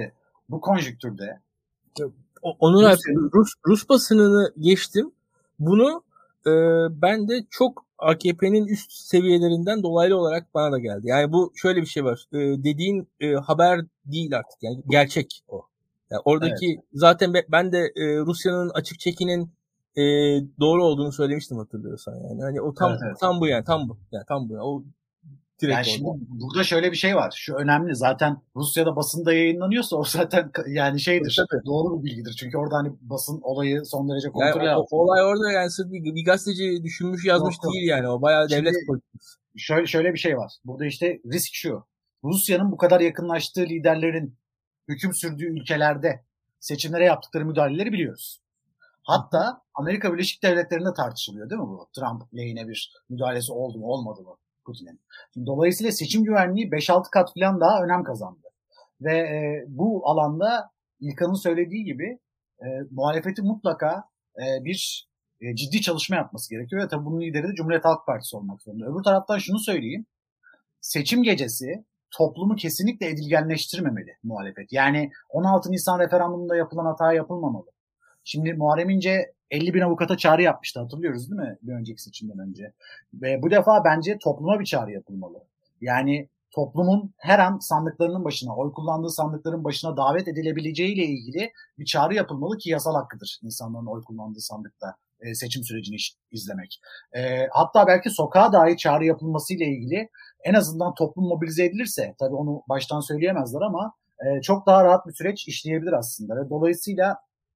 bu konjüktürde Onur abi, Rus, Rus basınını geçtim. Bunu e, ben de çok A K P'nin üst seviyelerinden dolaylı olarak bana da geldi. Yani bu şöyle bir şey var. E, dediğin e, haber değil artık. Yani gerçek o. Yani oradaki evet. Zaten ben de e, Rusya'nın açık çekinin e, doğru olduğunu söylemiştim, hatırlıyorsan. Yani hani o tam evet, evet. tam bu yani tam bu. Yani tam bu. Yani. O direkt yani şimdi orada. Burada şöyle bir şey var. Şu önemli. Zaten Rusya'da basında yayınlanıyorsa o zaten yani şeydir. Tabii. Doğru bir bilgidir. Çünkü orada hani basın olayı son derece kontrol yani altında. Olay orada yani sırf bir, bir gazeteci düşünmüş yazmış yok, değil yani. O bayağı devlet politikası. Şöyle, şöyle bir şey var. Burada işte risk şu. Rusya'nın bu kadar yakınlaştığı liderlerin hüküm sürdüğü ülkelerde seçimlere yaptıkları müdahaleleri biliyoruz. Hatta Amerika Birleşik Devletleri'nde tartışılıyor değil mi bu? Trump lehine bir müdahalesi oldu mu olmadı mı Putin'in? Dolayısıyla seçim güvenliği beş altı kat falan daha önem kazandı. Ve e, bu alanda İlkan'ın söylediği gibi e, muhalefetin mutlaka e, bir e, ciddi çalışma yapması gerekiyor. Ve tabii bunun lideri de Cumhuriyet Halk Partisi olmak zorunda. Öbür taraftan şunu söyleyeyim. Seçim gecesi toplumu kesinlikle edilgenleştirmemeli muhalefet. Yani on altı Nisan referandumunda yapılan hata yapılmamalı. Şimdi Muharrem İnce elli bin avukata çağrı yapmıştı, hatırlıyoruz değil mi bir önceki seçimden önce? Ve bu defa bence topluma bir çağrı yapılmalı. Yani toplumun her an sandıklarının başına, oy kullandığı sandıkların başına davet edilebileceğiyle ilgili bir çağrı yapılmalı ki yasal hakkıdır insanların oy kullandığı sandıkta e, seçim sürecini izlemek. E, hatta belki sokağa dahi çağrı yapılmasıyla ilgili en azından toplum mobilize edilirse, tabii onu baştan söyleyemezler ama e, çok daha rahat bir süreç işleyebilir aslında. Ve dolayısıyla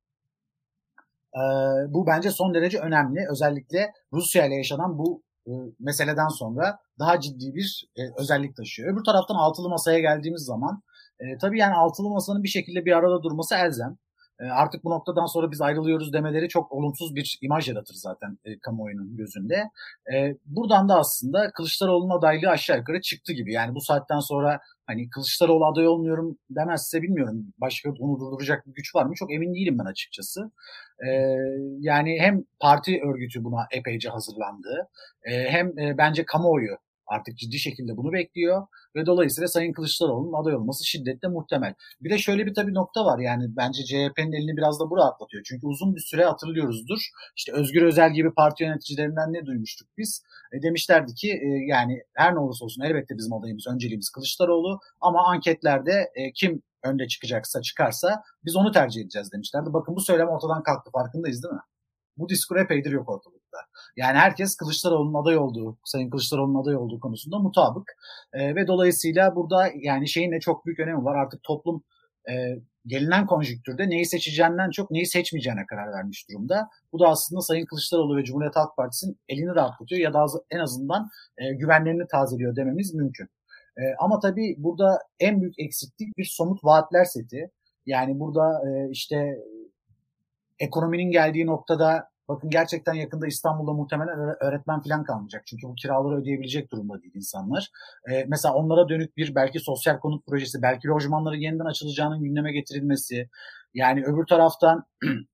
e, bu bence son derece önemli. Özellikle Rusya ile yaşanan bu e, meseleden sonra daha ciddi bir e, özellik taşıyor. Öbür taraftan altılı masaya geldiğimiz zaman e, tabii yani altılı masanın bir şekilde bir arada durması elzem. E, artık bu noktadan sonra biz ayrılıyoruz demeleri çok olumsuz bir imaj yaratır zaten e, kamuoyunun gözünde. E, buradan da aslında Kılıçdaroğlu'nun adaylığı aşağı yukarı çıktı gibi. Yani bu saatten sonra hani Kılıçdaroğlu aday olmuyorum demezse bilmiyorum. Başka onu durduracak bir güç var mı? Çok emin değilim ben açıkçası. E, yani hem parti örgütü buna epeyce hazırlandı. E, hem e, bence kamuoyu artık ciddi şekilde bunu bekliyor ve dolayısıyla Sayın Kılıçdaroğlu'nun aday olması şiddetle muhtemel. Bir de şöyle bir tabii nokta var, yani bence C H P'nin elini biraz da bu rahatlatıyor. Çünkü uzun bir süre hatırlıyoruzdur. İşte Özgür Özel gibi parti yöneticilerinden ne duymuştuk biz? E, demişlerdi ki e, yani her ne olursa olsun elbette bizim adayımız, önceliğimiz Kılıçdaroğlu ama anketlerde e, kim önde çıkacaksa çıkarsa biz onu tercih edeceğiz demişlerdi. Bakın bu söylem ortadan kalktı, farkındayız değil mi? Bu diskur epeydir yok ortalıkta. Yani herkes Kılıçdaroğlu'nun aday olduğu, Sayın Kılıçdaroğlu'nun aday olduğu konusunda mutabık. E, ve dolayısıyla burada yani şeyin de çok büyük önemi var. Artık toplum e, gelinen konjüktürde neyi seçeceğinden çok neyi seçmeyeceğine karar vermiş durumda. Bu da aslında Sayın Kılıçdaroğlu ve Cumhuriyet Halk Partisi'nin elini rahatlatıyor ya da en azından e, güvenlerini tazeliyor dememiz mümkün. E, ama tabii burada en büyük eksiklik bir somut vaatler seti. Yani burada e, işte ekonominin geldiği noktada bakın gerçekten yakında İstanbul'da muhtemelen öğretmen falan kalmayacak. Çünkü bu kiraları ödeyebilecek durumda değil insanlar. Ee, mesela onlara dönük bir belki sosyal konut projesi, belki lojmanların yeniden açılacağının gündeme getirilmesi. Yani öbür taraftan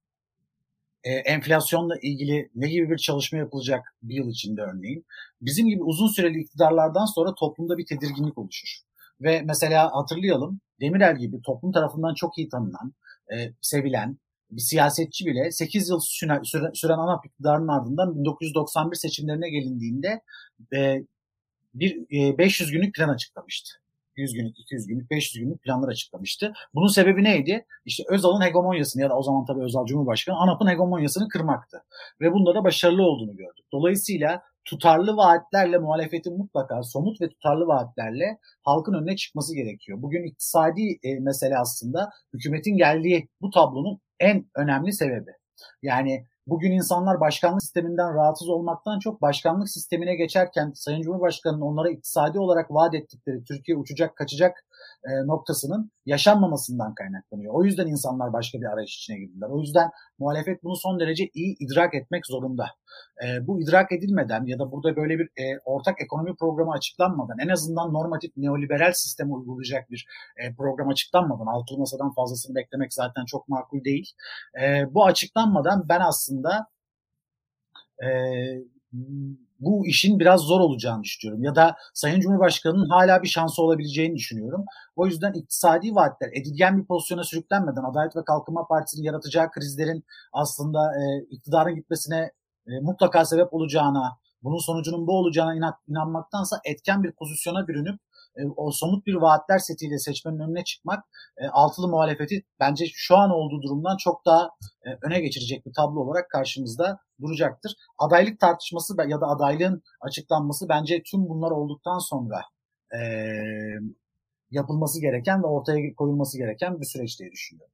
e, enflasyonla ilgili ne gibi bir çalışma yapılacak bir yıl içinde örneğin. Bizim gibi uzun süreli iktidarlardan sonra toplumda bir tedirginlik oluşur. Ve mesela hatırlayalım, Demirel gibi toplum tarafından çok iyi tanınan, e, sevilen bir siyasetçi bile sekiz yıl süren, süren ANAP iktidarının ardından bin dokuz yüz doksan bir seçimlerine gelindiğinde e, bir e, beş yüz günlük plan açıklamıştı. yüz günlük, iki yüz günlük, beş yüz günlük planlar açıklamıştı. Bunun sebebi neydi? İşte Özal'ın hegemonyasını ya da o zaman tabii Özal Cumhurbaşkanı ANAP'ın hegemonyasını kırmaktı. Ve bunda da başarılı olduğunu gördük. Dolayısıyla tutarlı vaatlerle muhalefetin mutlaka somut ve tutarlı vaatlerle halkın önüne çıkması gerekiyor. Bugün iktisadi e, mesele aslında hükümetin geldiği bu tablonun en önemli sebebi. Yani bugün insanlar başkanlık sisteminden rahatsız olmaktan çok başkanlık sistemine geçerken Sayın Cumhurbaşkanı'nın onlara iktisadi olarak vaat ettikleri Türkiye uçacak kaçacak e, noktasının yaşanmamasından kaynaklanıyor. O yüzden insanlar başka bir arayış içine girdiler. O yüzden muhalefet bunu son derece iyi idrak etmek zorunda. E, bu idrak edilmeden ya da burada böyle bir e, ortak ekonomi programı açıklanmadan, en azından normatif neoliberal sistemi uygulayacak bir e, program açıklanmadan, altılı masadan fazlasını beklemek zaten çok makul değil. E, bu açıklanmadan ben aslında e, bu işin biraz zor olacağını düşünüyorum. Ya da Sayın Cumhurbaşkanı'nın hala bir şansı olabileceğini düşünüyorum. O yüzden iktisadi vaatler edilgen bir pozisyona sürüklenmeden Adalet ve Kalkınma Partisi'nin yaratacağı krizlerin aslında e, iktidarın gitmesine e, mutlaka sebep olacağına, bunun sonucunun bu olacağına inan, inanmaktansa etken bir pozisyona bürünüp e, o somut bir vaatler setiyle seçmenin önüne çıkmak e, altılı muhalefeti bence şu an olduğu durumdan çok daha e, öne geçirecek bir tablo olarak karşımızda duracaktır. Adaylık tartışması ya da adaylığın açıklanması bence tüm bunlar olduktan sonra e, yapılması gereken ve ortaya koyulması gereken bir süreç diye düşünüyorum.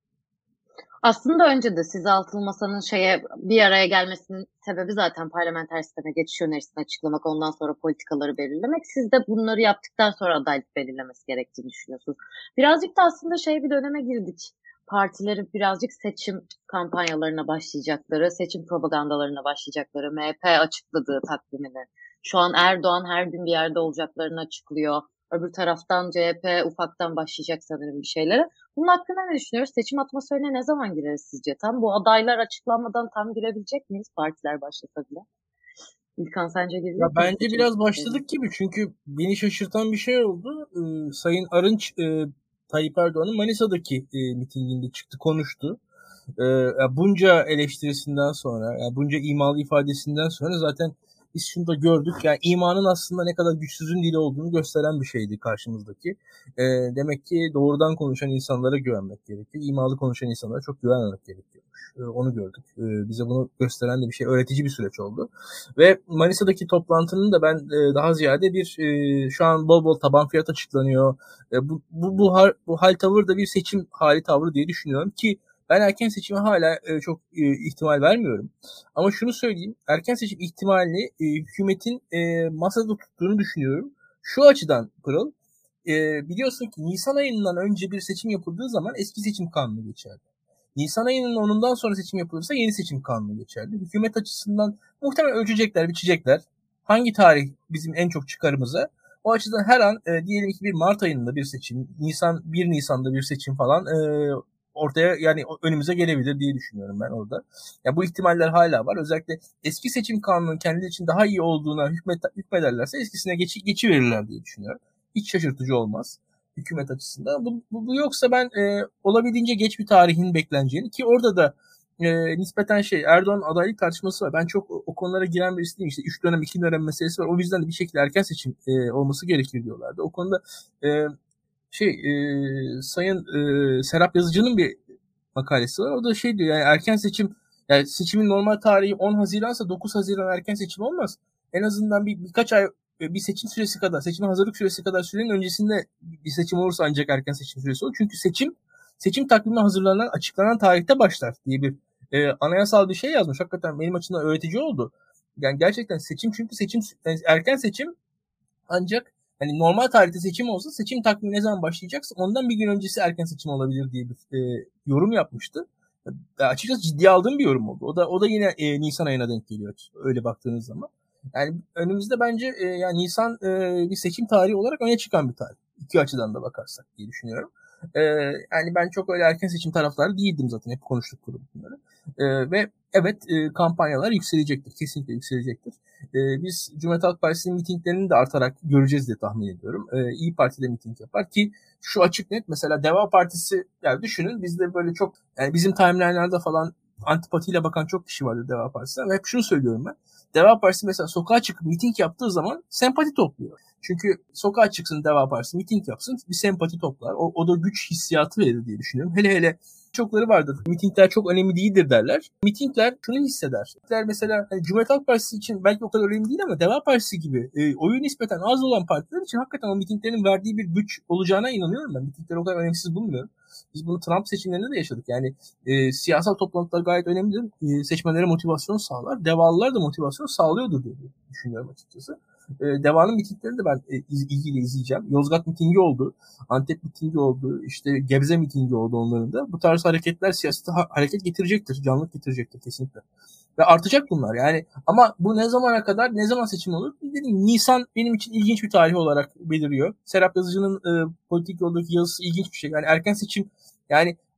Aslında önce de siz altılı masanın şeye bir araya gelmesinin sebebi zaten parlamenter sisteme geçiş önerisini açıklamak, ondan sonra politikaları belirlemek. Siz de bunları yaptıktan sonra adaylık belirlemesi gerektiğini düşünüyorsunuz. Birazcık da aslında şey bir döneme girdik. Partileri birazcık seçim kampanyalarına başlayacakları, seçim propagandalarına başlayacakları, M H P açıkladığı takvimini. Şu an Erdoğan her gün bir yerde olacaklarını açıklıyor. Öbür taraftan C H P ufaktan başlayacak sanırım bir şeylere. Bunun hakkında ne düşünüyoruz? Seçim atmosferine ne zaman gireriz sizce? Tam bu adaylar açıklanmadan tam girebilecek miyiz? Partiler başlasa bile. İlkan sence girecek Ya miyiz? bence biraz başladık gibi, çünkü beni şaşırtan bir şey oldu. Ee, Sayın Arınç e, Tayyip Erdoğan'ın Manisa'daki e, mitinginde çıktı, konuştu. Ee, bunca eleştirisinden sonra, yani bunca imalı ifadesinden sonra zaten biz şunu da gördük. Yani imanın aslında ne kadar güçsüzün dili olduğunu gösteren bir şeydi karşımızdaki. Ee, demek ki doğrudan konuşan insanlara güvenmek gerekiyor. İmalı konuşan insanlara çok güvenmemek gerekiyormuş. Ee, onu gördük. Ee, bize bunu gösteren de bir şey, öğretici bir süreç oldu. Ve Manisa'daki toplantının da ben e, daha ziyade bir e, şu an bol bol taban fiyat açıklanıyor. E, bu, bu, bu, hal, bu hal tavır da bir seçim hali tavrı diye düşünüyorum ki ben erken seçime hala e, çok e, ihtimal vermiyorum. Ama şunu söyleyeyim, erken seçim ihtimalini e, hükümetin e, masada tuttuğunu düşünüyorum. Şu açıdan Pırıl, e, biliyorsun ki Nisan ayından önce bir seçim yapıldığı zaman eski seçim kanunu geçerli. Nisan ayının onundan sonra seçim yapılırsa yeni seçim kanunu geçerli. Hükümet açısından muhtemelen ölçecekler, biçecekler. Hangi tarih bizim en çok çıkarımıza? O açıdan her an e, diyelim ki bir Mart ayında bir seçim, Nisan bir Nisan'da bir seçim falan e, ortaya, yani önümüze gelebilir diye düşünüyorum ben orada. Ya bu ihtimaller hala var. Özellikle eski seçim kanunun kendileri için daha iyi olduğuna hükmet, hükmederlerse eskisine geçi, geçi verirler diye düşünüyorum. Hiç şaşırtıcı olmaz hükümet açısından. Bu, bu, bu yoksa ben e, olabildiğince geç bir tarihin bekleneceğini, ki orada da e, nispeten şey Erdoğan adaylık tartışması var. Ben çok o, o konulara giren birisi değilim. İşte üç dönem iki dönem meselesi var. O yüzden de bir şekilde erken seçim e, olması gerekir diyorlardı. O konuda e, şey e, Sayın e, Serap Yazıcı'nın bir makalesi var. O da şey diyor, yani erken seçim, yani seçimin normal tarihi on Haziran'sa dokuz Haziran erken seçim olmaz. En azından bir birkaç ay bir seçim süresi kadar, seçime hazırlık süresi kadar sürenin öncesinde bir seçim olursa ancak erken seçim süresi olur. Çünkü seçim seçim takvimi hazırlanan, açıklanan tarihte başlar diye bir e, anayasal bir şey yazmış. Hakikaten benim açımdan öğretici oldu. Yani gerçekten seçim, çünkü seçim yani erken seçim ancak hani normal tarihte seçim olsa seçim takvimi ne zaman başlayacaksa ondan bir gün öncesi erken seçim olabilir diye bir e, yorum yapmıştı. E, açıkçası ciddiye aldığım bir yorum oldu. O da o da yine e, Nisan ayına denk geliyor öyle baktığınız zaman. Yani önümüzde bence e, yani Nisan e, bir seçim tarihi olarak öne çıkan bir tarih. İki açıdan da bakarsak diye düşünüyorum. E, yani ben çok öyle erken seçim taraftarı değildim zaten. Hep konuştuk bunları. E, ve evet e, kampanyalar yükselecektir. Kesinlikle yükselecektir. E, biz Cumhuriyet Halk Partisi'nin mitinglerini de artarak göreceğiz diye tahmin ediyorum. E, İyi Parti de miting yapar ki şu açık net, mesela Deva Partisi, yani düşünün bizde böyle çok, yani bizim timeline'larda falan antipatiyle bakan çok kişi vardı Deva Partisi'ne ve hep şunu söylüyorum ben. Deva Partisi mesela sokağa çıkıp miting yaptığı zaman sempati topluyor. Çünkü sokağa çıksın Deva Partisi, miting yapsın, bir sempati toplar. O, o da güç hissiyatı verir diye düşünüyorum. Hele hele çokları vardır. Mitingler çok önemli değildir derler. Mitingler şunu hisseder. Mitingler mesela hani Cumhuriyet Halk Partisi için belki o kadar önemli değil ama Deva Partisi gibi e, oyu nispeten az olan partiler için hakikaten o mitinglerin verdiği bir güç olacağına inanıyorum ben. Mitingleri o kadar önemsiz bulmuyorum. Biz bunu Trump seçimlerinde de yaşadık. Yani e, siyasal toplantılar gayet önemlidir. E, seçmenlere motivasyon sağlar. Devalılar da motivasyon sağlıyordur diye düşünüyorum açıkçası. E, Deva'nın mitinglerini de ben e, ilgiyle izleyeceğim. Yozgat mitingi oldu. Antep mitingi oldu. İşte Gebze mitingi oldu onların da. Bu tarz hareketler siyasete ha- hareket getirecektir. Canlılık getirecektir kesinlikle. Ve artacak bunlar yani. Ama bu ne zamana kadar, ne zaman seçim olur? Dediğim Nisan benim için ilginç bir tarih olarak beliriyor. Serap Yazıcı'nın e, politik yoldaki yazısı ilginç bir şey. Yani erken seçim, yani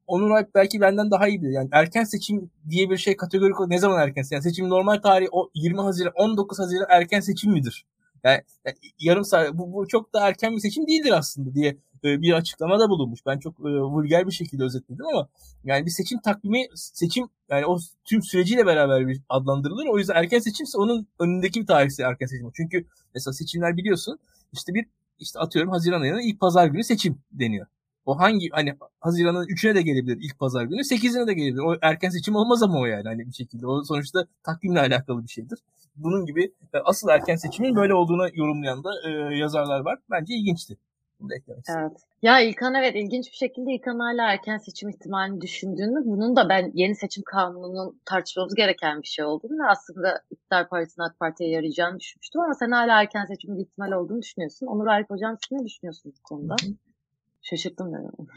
Onur Alp belki benden daha iyi bilir. Yani erken seçim diye bir şey kategorik olarak ne zaman erken seçim? Yani seçim normal tarihi o yirmi Haziran, on dokuz Haziran erken seçim midir? Yani, yani yarım saat bu, bu çok da erken bir seçim değildir aslında diye e, bir açıklamada bulunmuş. Ben çok e, vulgar bir şekilde özetledim ama yani bir seçim takvimi seçim yani o tüm süreciyle beraber bir adlandırılır. O yüzden erken seçimse onun önündeki bir tarihse erken seçim. Çünkü mesela seçimler biliyorsun işte bir işte atıyorum Haziran ayının ilk pazar günü seçim deniyor. O hangi hani Haziran'ın üçüne de gelebilir ilk pazar günü, sekizine de gelebilir. O erken seçim olmaz ama o yani hani bir şekilde. O sonuçta takvimle alakalı bir şeydir. Bunun gibi asıl erken seçimin böyle olduğuna yorumlayan da e, yazarlar var. Bence ilginçti. Bunu da eklemek istedim. Evet. Ya İlkan evet ilginç bir şekilde İlkan hala erken seçim ihtimalini düşündüğünü, bunun da ben yeni seçim kanununun tartışmamız gereken bir şey olduğunu ve aslında İktidar Partisi'nin AK Parti'ye yarayacağını düşünmüştüm ama sen hala erken seçimin bir ihtimal olduğunu düşünüyorsun. Onur Alp Hocam siz ne düşünüyorsunuz bu konuda? Şaşırttım beni.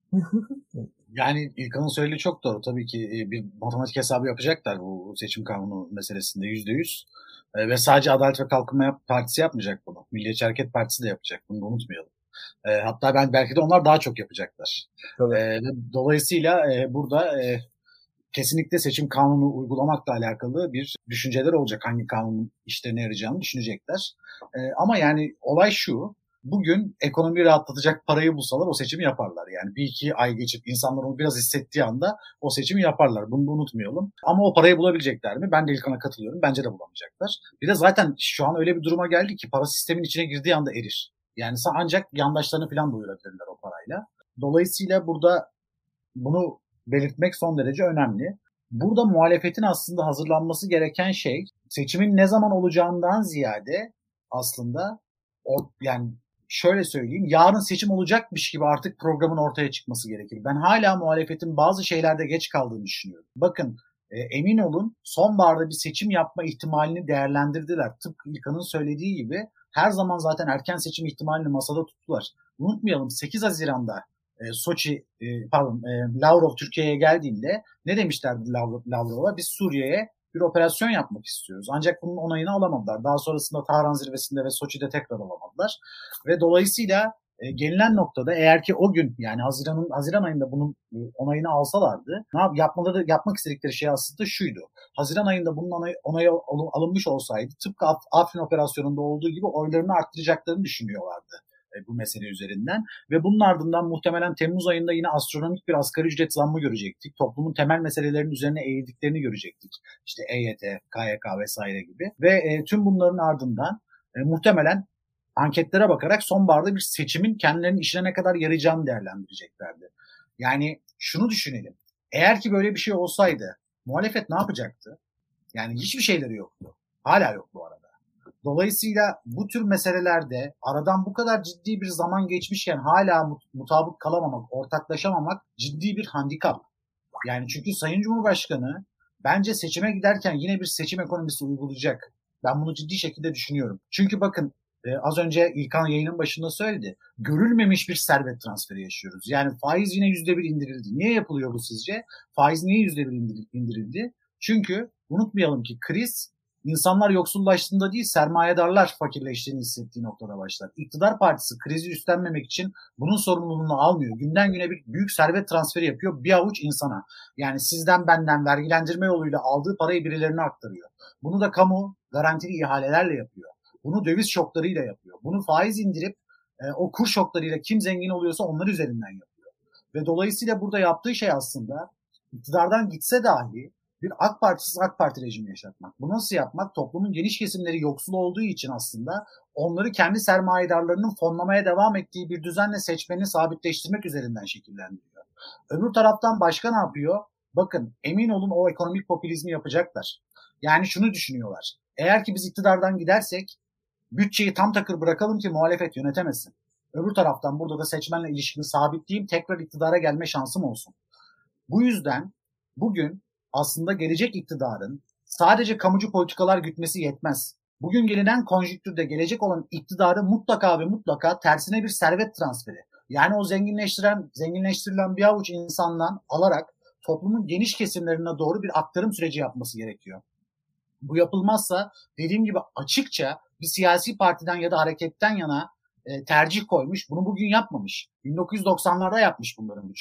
Yani İlkan'ın söylediği çok doğru. Tabii ki bir matematik hesabı yapacaklar bu seçim kanunu meselesinde yüzde yüz. Ve sadece Adalet ve Kalkınma Partisi yapmayacak bunu. Milliyetçi Hareket Partisi de yapacak. Bunu da unutmayalım. Hatta ben belki de onlar daha çok yapacaklar. Tabii. Dolayısıyla burada kesinlikle seçim kanunu uygulamakla alakalı bir düşünceler olacak. Hangi kanunun işlerine yarayacağını düşünecekler. Ama yani olay şu. Bugün ekonomiyi rahatlatacak parayı bulsalar o seçimi yaparlar. Yani bir iki ay geçip insanlar onu biraz hissettiği anda o seçimi yaparlar. Bunu da unutmayalım. Ama o parayı bulabilecekler mi? Ben de İlkan'a katılıyorum. Bence de bulamayacaklar. Bir de zaten şu an öyle bir duruma geldi ki para sistemin içine girdiği anda erir. Yani ancak yandaşlarını falan doyurabilirler o parayla. Dolayısıyla burada bunu belirtmek son derece önemli. Burada muhalefetin aslında hazırlanması gereken şey seçimin ne zaman olacağından ziyade aslında o, yani şöyle söyleyeyim, yarın seçim olacakmış gibi artık programın ortaya çıkması gerekir. Ben hala muhalefetin bazı şeylerde geç kaldığını düşünüyorum. Bakın e, emin olun sonbaharda bir seçim yapma ihtimalini değerlendirdiler. Tıpkı İlkan'ın söylediği gibi her zaman zaten erken seçim ihtimalini masada tuttular. Unutmayalım sekiz Haziran'da e, Soçi, e, pardon e, Lavrov Türkiye'ye geldiğinde ne demişlerdi Lavrov'a? Biz Suriye'ye bir operasyon yapmak istiyoruz. Ancak bunun onayını alamadılar. Daha sonrasında Tahran zirvesinde ve Soçi'de tekrar alamadılar. Ve dolayısıyla e, gelinen noktada eğer ki o gün yani Haziran'ın Haziran ayında bunun e, onayını alsalardı, ne yap, yapmaları yapmak istedikleri şey aslında şuydu. Haziran ayında bunun onayı, onayı alınmış olsaydı tıpkı Af, Afrin operasyonunda olduğu gibi oylarını arttıracaklarını düşünüyorlardı bu mesele üzerinden ve bunun ardından muhtemelen Temmuz ayında yine astronomik bir asgari ücret zammı görecektik. Toplumun temel meselelerinin üzerine eğildiklerini görecektik. İşte E Y T, K Y K vesaire gibi ve e, tüm bunların ardından e, muhtemelen anketlere bakarak sonbaharda bir seçimin kendilerinin işine ne kadar yarayacağını değerlendireceklerdi. Yani şunu düşünelim. Eğer ki böyle bir şey olsaydı muhalefet ne yapacaktı? Yani hiçbir şeyleri yoktu. Hala yok bu arada. Dolayısıyla bu tür meselelerde aradan bu kadar ciddi bir zaman geçmişken hala mutabık kalamamak, ortaklaşamamak ciddi bir handikap. Yani çünkü Sayın Cumhurbaşkanı bence seçime giderken yine bir seçim ekonomisi uygulayacak. Ben bunu ciddi şekilde düşünüyorum. Çünkü bakın e, az önce İlkan yayının başında söyledi. Görülmemiş bir servet transferi yaşıyoruz. Yani faiz yine yüzde bir indirildi. Niye yapılıyor bu sizce? Faiz niye yüzde bir indirildi? Çünkü unutmayalım ki kriz İnsanlar yoksullaştığında değil, sermayedarlar fakirleştiğini hissettiği noktada başlar. İktidar partisi krizi üstlenmemek için bunun sorumluluğunu almıyor. Günden güne bir büyük servet transferi yapıyor bir avuç insana. Yani sizden benden vergilendirme yoluyla aldığı parayı birilerine aktarıyor. Bunu da kamu garantili ihalelerle yapıyor. Bunu döviz şoklarıyla yapıyor. Bunu faiz indirip e, o kur şoklarıyla kim zengin oluyorsa onlar üzerinden yapıyor. Ve dolayısıyla burada yaptığı şey aslında iktidardan gitse dahi bir AK Partisiz AK Parti rejimi yaşatmak. Bu nasıl yapmak? Toplumun geniş kesimleri yoksul olduğu için aslında onları kendi sermayedarlarının fonlamaya devam ettiği bir düzenle seçmenini sabitleştirmek üzerinden şekillendiriyor. Öbür taraftan başka ne yapıyor? Bakın emin olun o ekonomik popülizmi yapacaklar. Yani şunu düşünüyorlar. Eğer ki biz iktidardan gidersek bütçeyi tam takır bırakalım ki muhalefet yönetemesin. Öbür taraftan burada da seçmenle ilişkimi sabitleyeyim, tekrar iktidara gelme şansım olsun. Bu yüzden bugün aslında gelecek iktidarın sadece kamucu politikalar gütmesi yetmez. Bugün gelinen konjüktürde gelecek olan iktidarı mutlaka ve mutlaka tersine bir servet transferi. Yani o zenginleştiren, zenginleştirilen bir avuç insandan alarak toplumun geniş kesimlerine doğru bir aktarım süreci yapması gerekiyor. Bu yapılmazsa dediğim gibi açıkça bir siyasi partiden ya da hareketten yana e, tercih koymuş. Bunu bugün yapmamış. bin dokuz yüz doksanlarda yapmış bunların birçoğu.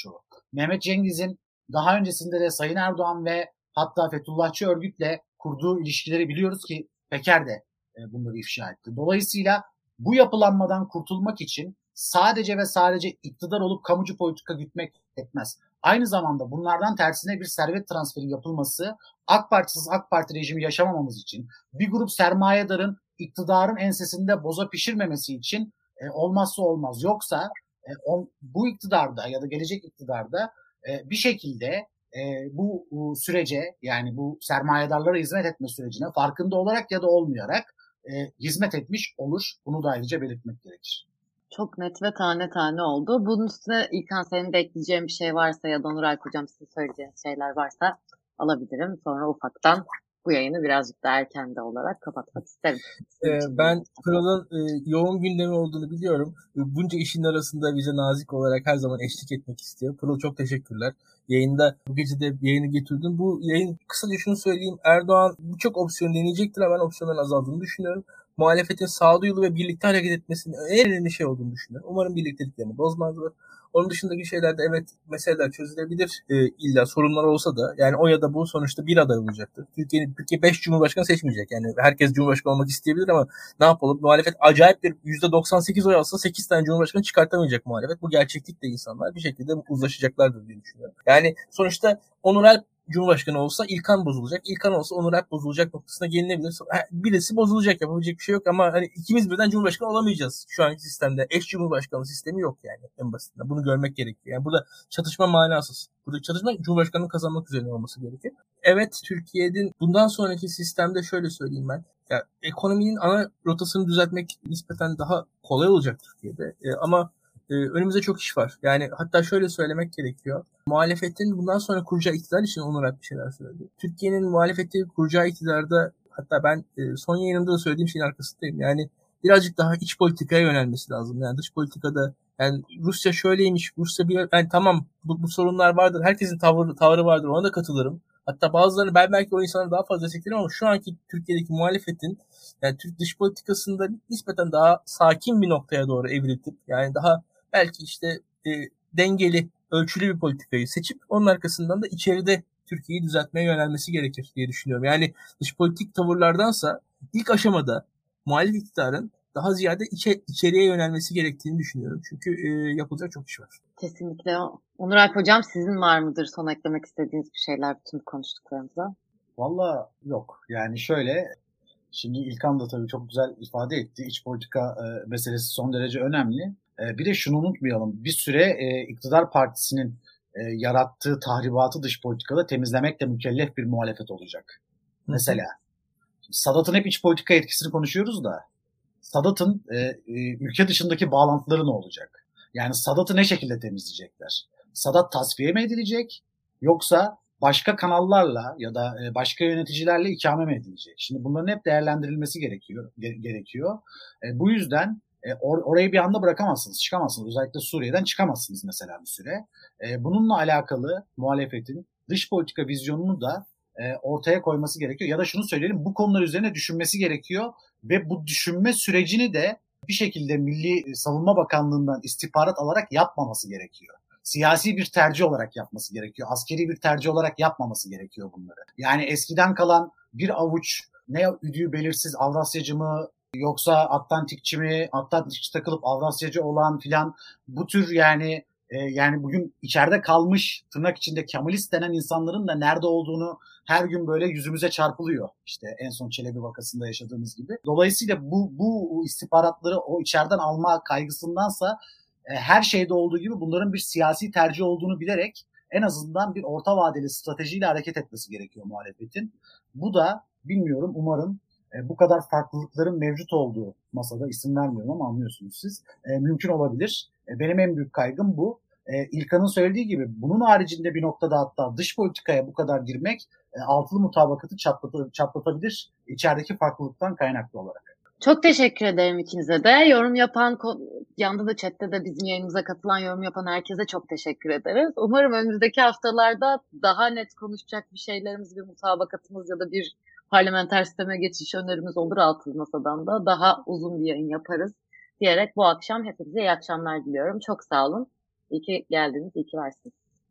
Mehmet Cengiz'in daha öncesinde de Sayın Erdoğan ve hatta Fethullahçı örgütle kurduğu ilişkileri biliyoruz ki Peker de e, bunları ifşa etti. Dolayısıyla bu yapılanmadan kurtulmak için sadece ve sadece iktidar olup kamucu politika gütmek etmez. Aynı zamanda bunlardan tersine bir servet transferi yapılması AK Partisiz AK Parti rejimi yaşamamamız için, bir grup sermayedarın iktidarın ensesinde boza pişirmemesi için e, olmazsa olmaz. Yoksa e, on, bu iktidarda ya da gelecek iktidarda e, bir şekilde e, bu, bu sürece, yani bu sermayedarlara hizmet etme sürecine farkında olarak ya da olmayarak e, hizmet etmiş olur. Bunu da ayrıca belirtmek gerekir. Çok net ve tane tane oldu. Bunun üstüne İlkan senin de ekleyeceğin bir şey varsa ya da Onur Alp Hocam sizin söyleyeceğiniz şeyler varsa alabilirim. Sonra ufaktan bu yayını birazcık daha erken de olarak kapatmak isterim. Ee, ben Pırıl'ın e, yoğun gündemi olduğunu biliyorum. E, bunca işin arasında bize nazik olarak her zaman eşlik etmek istiyor. Pırıl çok teşekkürler. Yayında bu gece de yayını getirdin. Bu yayın kısaca şunu söyleyeyim. Erdoğan birçok opsiyon deneyecektir ama ben opsiyonların azaldığını düşünüyorum. Muhalefetin sağduyulu ve birlikte hareket etmesinin en önemli şey olduğunu düşünüyorum. Umarım birlikteliklerini bozmazlar. Onun dışındaki şeylerde evet meseleler çözülebilir. E, illa sorunlar olsa da yani o ya da bu sonuçta bir aday olacaktır. Türkiye'nin Türkiye beş cumhurbaşkanı seçmeyecek. Yani herkes cumhurbaşkanı olmak isteyebilir ama ne yapalım? Muhalefet acayip bir yüzde doksan sekiz oy alsa sekiz tane cumhurbaşkanı çıkartamayacak muhalefet. Bu gerçeklikle insanlar bir şekilde uzlaşacaklardır diye düşünüyorum. Yani sonuçta Onur Alp Cumhurbaşkanı olsa İlkan bozulacak. İlkan olsa Onur Alp bozulacak noktasına gelinebilir. Birisi bozulacak, yapabilecek bir şey yok ama hani ikimiz birden Cumhurbaşkanı olamayacağız. Şu anki sistemde eş Cumhurbaşkanlığı sistemi yok yani en basitinden. Bunu görmek gerekiyor. Yani burada çatışma manasız. Burada çatışma Cumhurbaşkanlığı kazanmak üzerine olması gerekiyor. Evet, Türkiye'nin bundan sonraki sistemde şöyle söyleyeyim ben. Ya, ekonominin ana rotasını düzeltmek nispeten daha kolay olacak Türkiye'de. E, ama e, önümüzde çok iş var. Yani hatta şöyle söylemek gerekiyor. Muhalefetin bundan sonra kuracağı iktidar için Onur Alp bir şeyler söyledi. Türkiye'nin muhalefeti kuracağı iktidarda hatta ben e, son yayınımda da söylediğim şeyin arkasındayım. Yani birazcık daha iç politikaya yönelmesi lazım. Yani dış politikada yani Rusya şöyleymiş, Rusya bir yani tamam bu, bu sorunlar vardır. Herkesin tavrı tavrı vardır. Ona da katılırım. Hatta bazılarını ben belki o insanları daha fazla desteklerim ama şu anki Türkiye'deki muhalefetin yani Türk dış politikasında nispeten daha sakin bir noktaya doğru evrilip yani daha belki işte e, dengeli, ölçülü bir politikayı seçip onun arkasından da içeride Türkiye'yi düzeltmeye yönelmesi gerekir diye düşünüyorum. Yani dış politik tavırlardansa ilk aşamada muhalif iktidarın daha ziyade içe, içeriye yönelmesi gerektiğini düşünüyorum. Çünkü e, yapılacak çok iş var. Kesinlikle. Onur Alp Hocam sizin var mıdır son eklemek istediğiniz bir şeyler bütün konuştuklarımıza? Valla yok. Yani şöyle, şimdi İlkan da tabii çok güzel ifade etti. İç politika e, meselesi son derece önemli. E, bir de şunu unutmayalım. Bir süre e, iktidar partisinin e, yarattığı tahribatı dış politikada temizlemekle mükellef bir muhalefet olacak. Hı-hı. Mesela Sadat'ın hep iç politika etkisini konuşuyoruz da Sadat'ın e, e, ülke dışındaki bağlantıları ne olacak? Yani Sadat'ı ne şekilde temizleyecekler? Sadat tasfiye mi edilecek? Yoksa başka kanallarla ya da başka yöneticilerle ikame mi edilecek? Şimdi bunların hep değerlendirilmesi gerekiyor. gerekiyor. E, bu yüzden e, or- orayı bir anda bırakamazsınız, çıkamazsınız. Özellikle Suriye'den çıkamazsınız mesela bir süre. E, bununla alakalı muhalefetin dış politika vizyonunu da e, ortaya koyması gerekiyor. Ya da şunu söyleyelim, bu konular üzerine düşünmesi gerekiyor ve bu düşünme sürecini de bir şekilde Milli Savunma Bakanlığı'ndan istihbarat alarak yapmaması gerekiyor. Siyasi bir tercih olarak yapması gerekiyor. Askeri bir tercih olarak yapmaması gerekiyor bunları. Yani eskiden kalan bir avuç ne üdüğü belirsiz Avrasyacı mı yoksa Atlantikçi mi, Atlantikçi takılıp Avrasyacı olan filan bu tür yani e, yani bugün içeride kalmış tırnak içinde Kemalist denen insanların da nerede olduğunu her gün böyle yüzümüze çarpılıyor. İşte en son Çelebi vakasında yaşadığımız gibi. Dolayısıyla bu bu istihbaratları o içeriden alma kaygısındansa e, her şeyde olduğu gibi bunların bir siyasi tercih olduğunu bilerek en azından bir orta vadeli stratejiyle hareket etmesi gerekiyor muhalefetin. Bu da bilmiyorum umarım e, bu kadar farklılıkların mevcut olduğu masada isim vermiyorum ama anlıyorsunuz siz. E, mümkün olabilir. E, benim en büyük kaygım bu. E, İlkan'ın söylediği gibi bunun haricinde bir noktada hatta dış politikaya bu kadar girmek e, altılı mutabakatı çatlat- çatlatabilir içerideki farklılıktan kaynaklı olarak. Çok teşekkür ederim ikinize de. Yorum yapan, yanda da chatte de bizim yayınımıza katılan yorum yapan herkese çok teşekkür ederiz. Umarım önümüzdeki haftalarda daha net konuşacak bir şeylerimiz, bir mutabakatımız ya da bir parlamenter sisteme geçiş önerimiz olur altılı masadan da. Daha uzun bir yayın yaparız diyerek bu akşam hepinize iyi akşamlar diliyorum. Çok sağ olun. İyi ki geldiniz, iyi ki varsınız.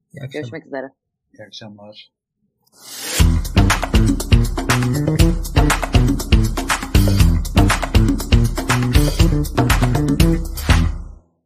İyi akşamlar. Görüşmek üzere. İyi akşamlar. Thank you.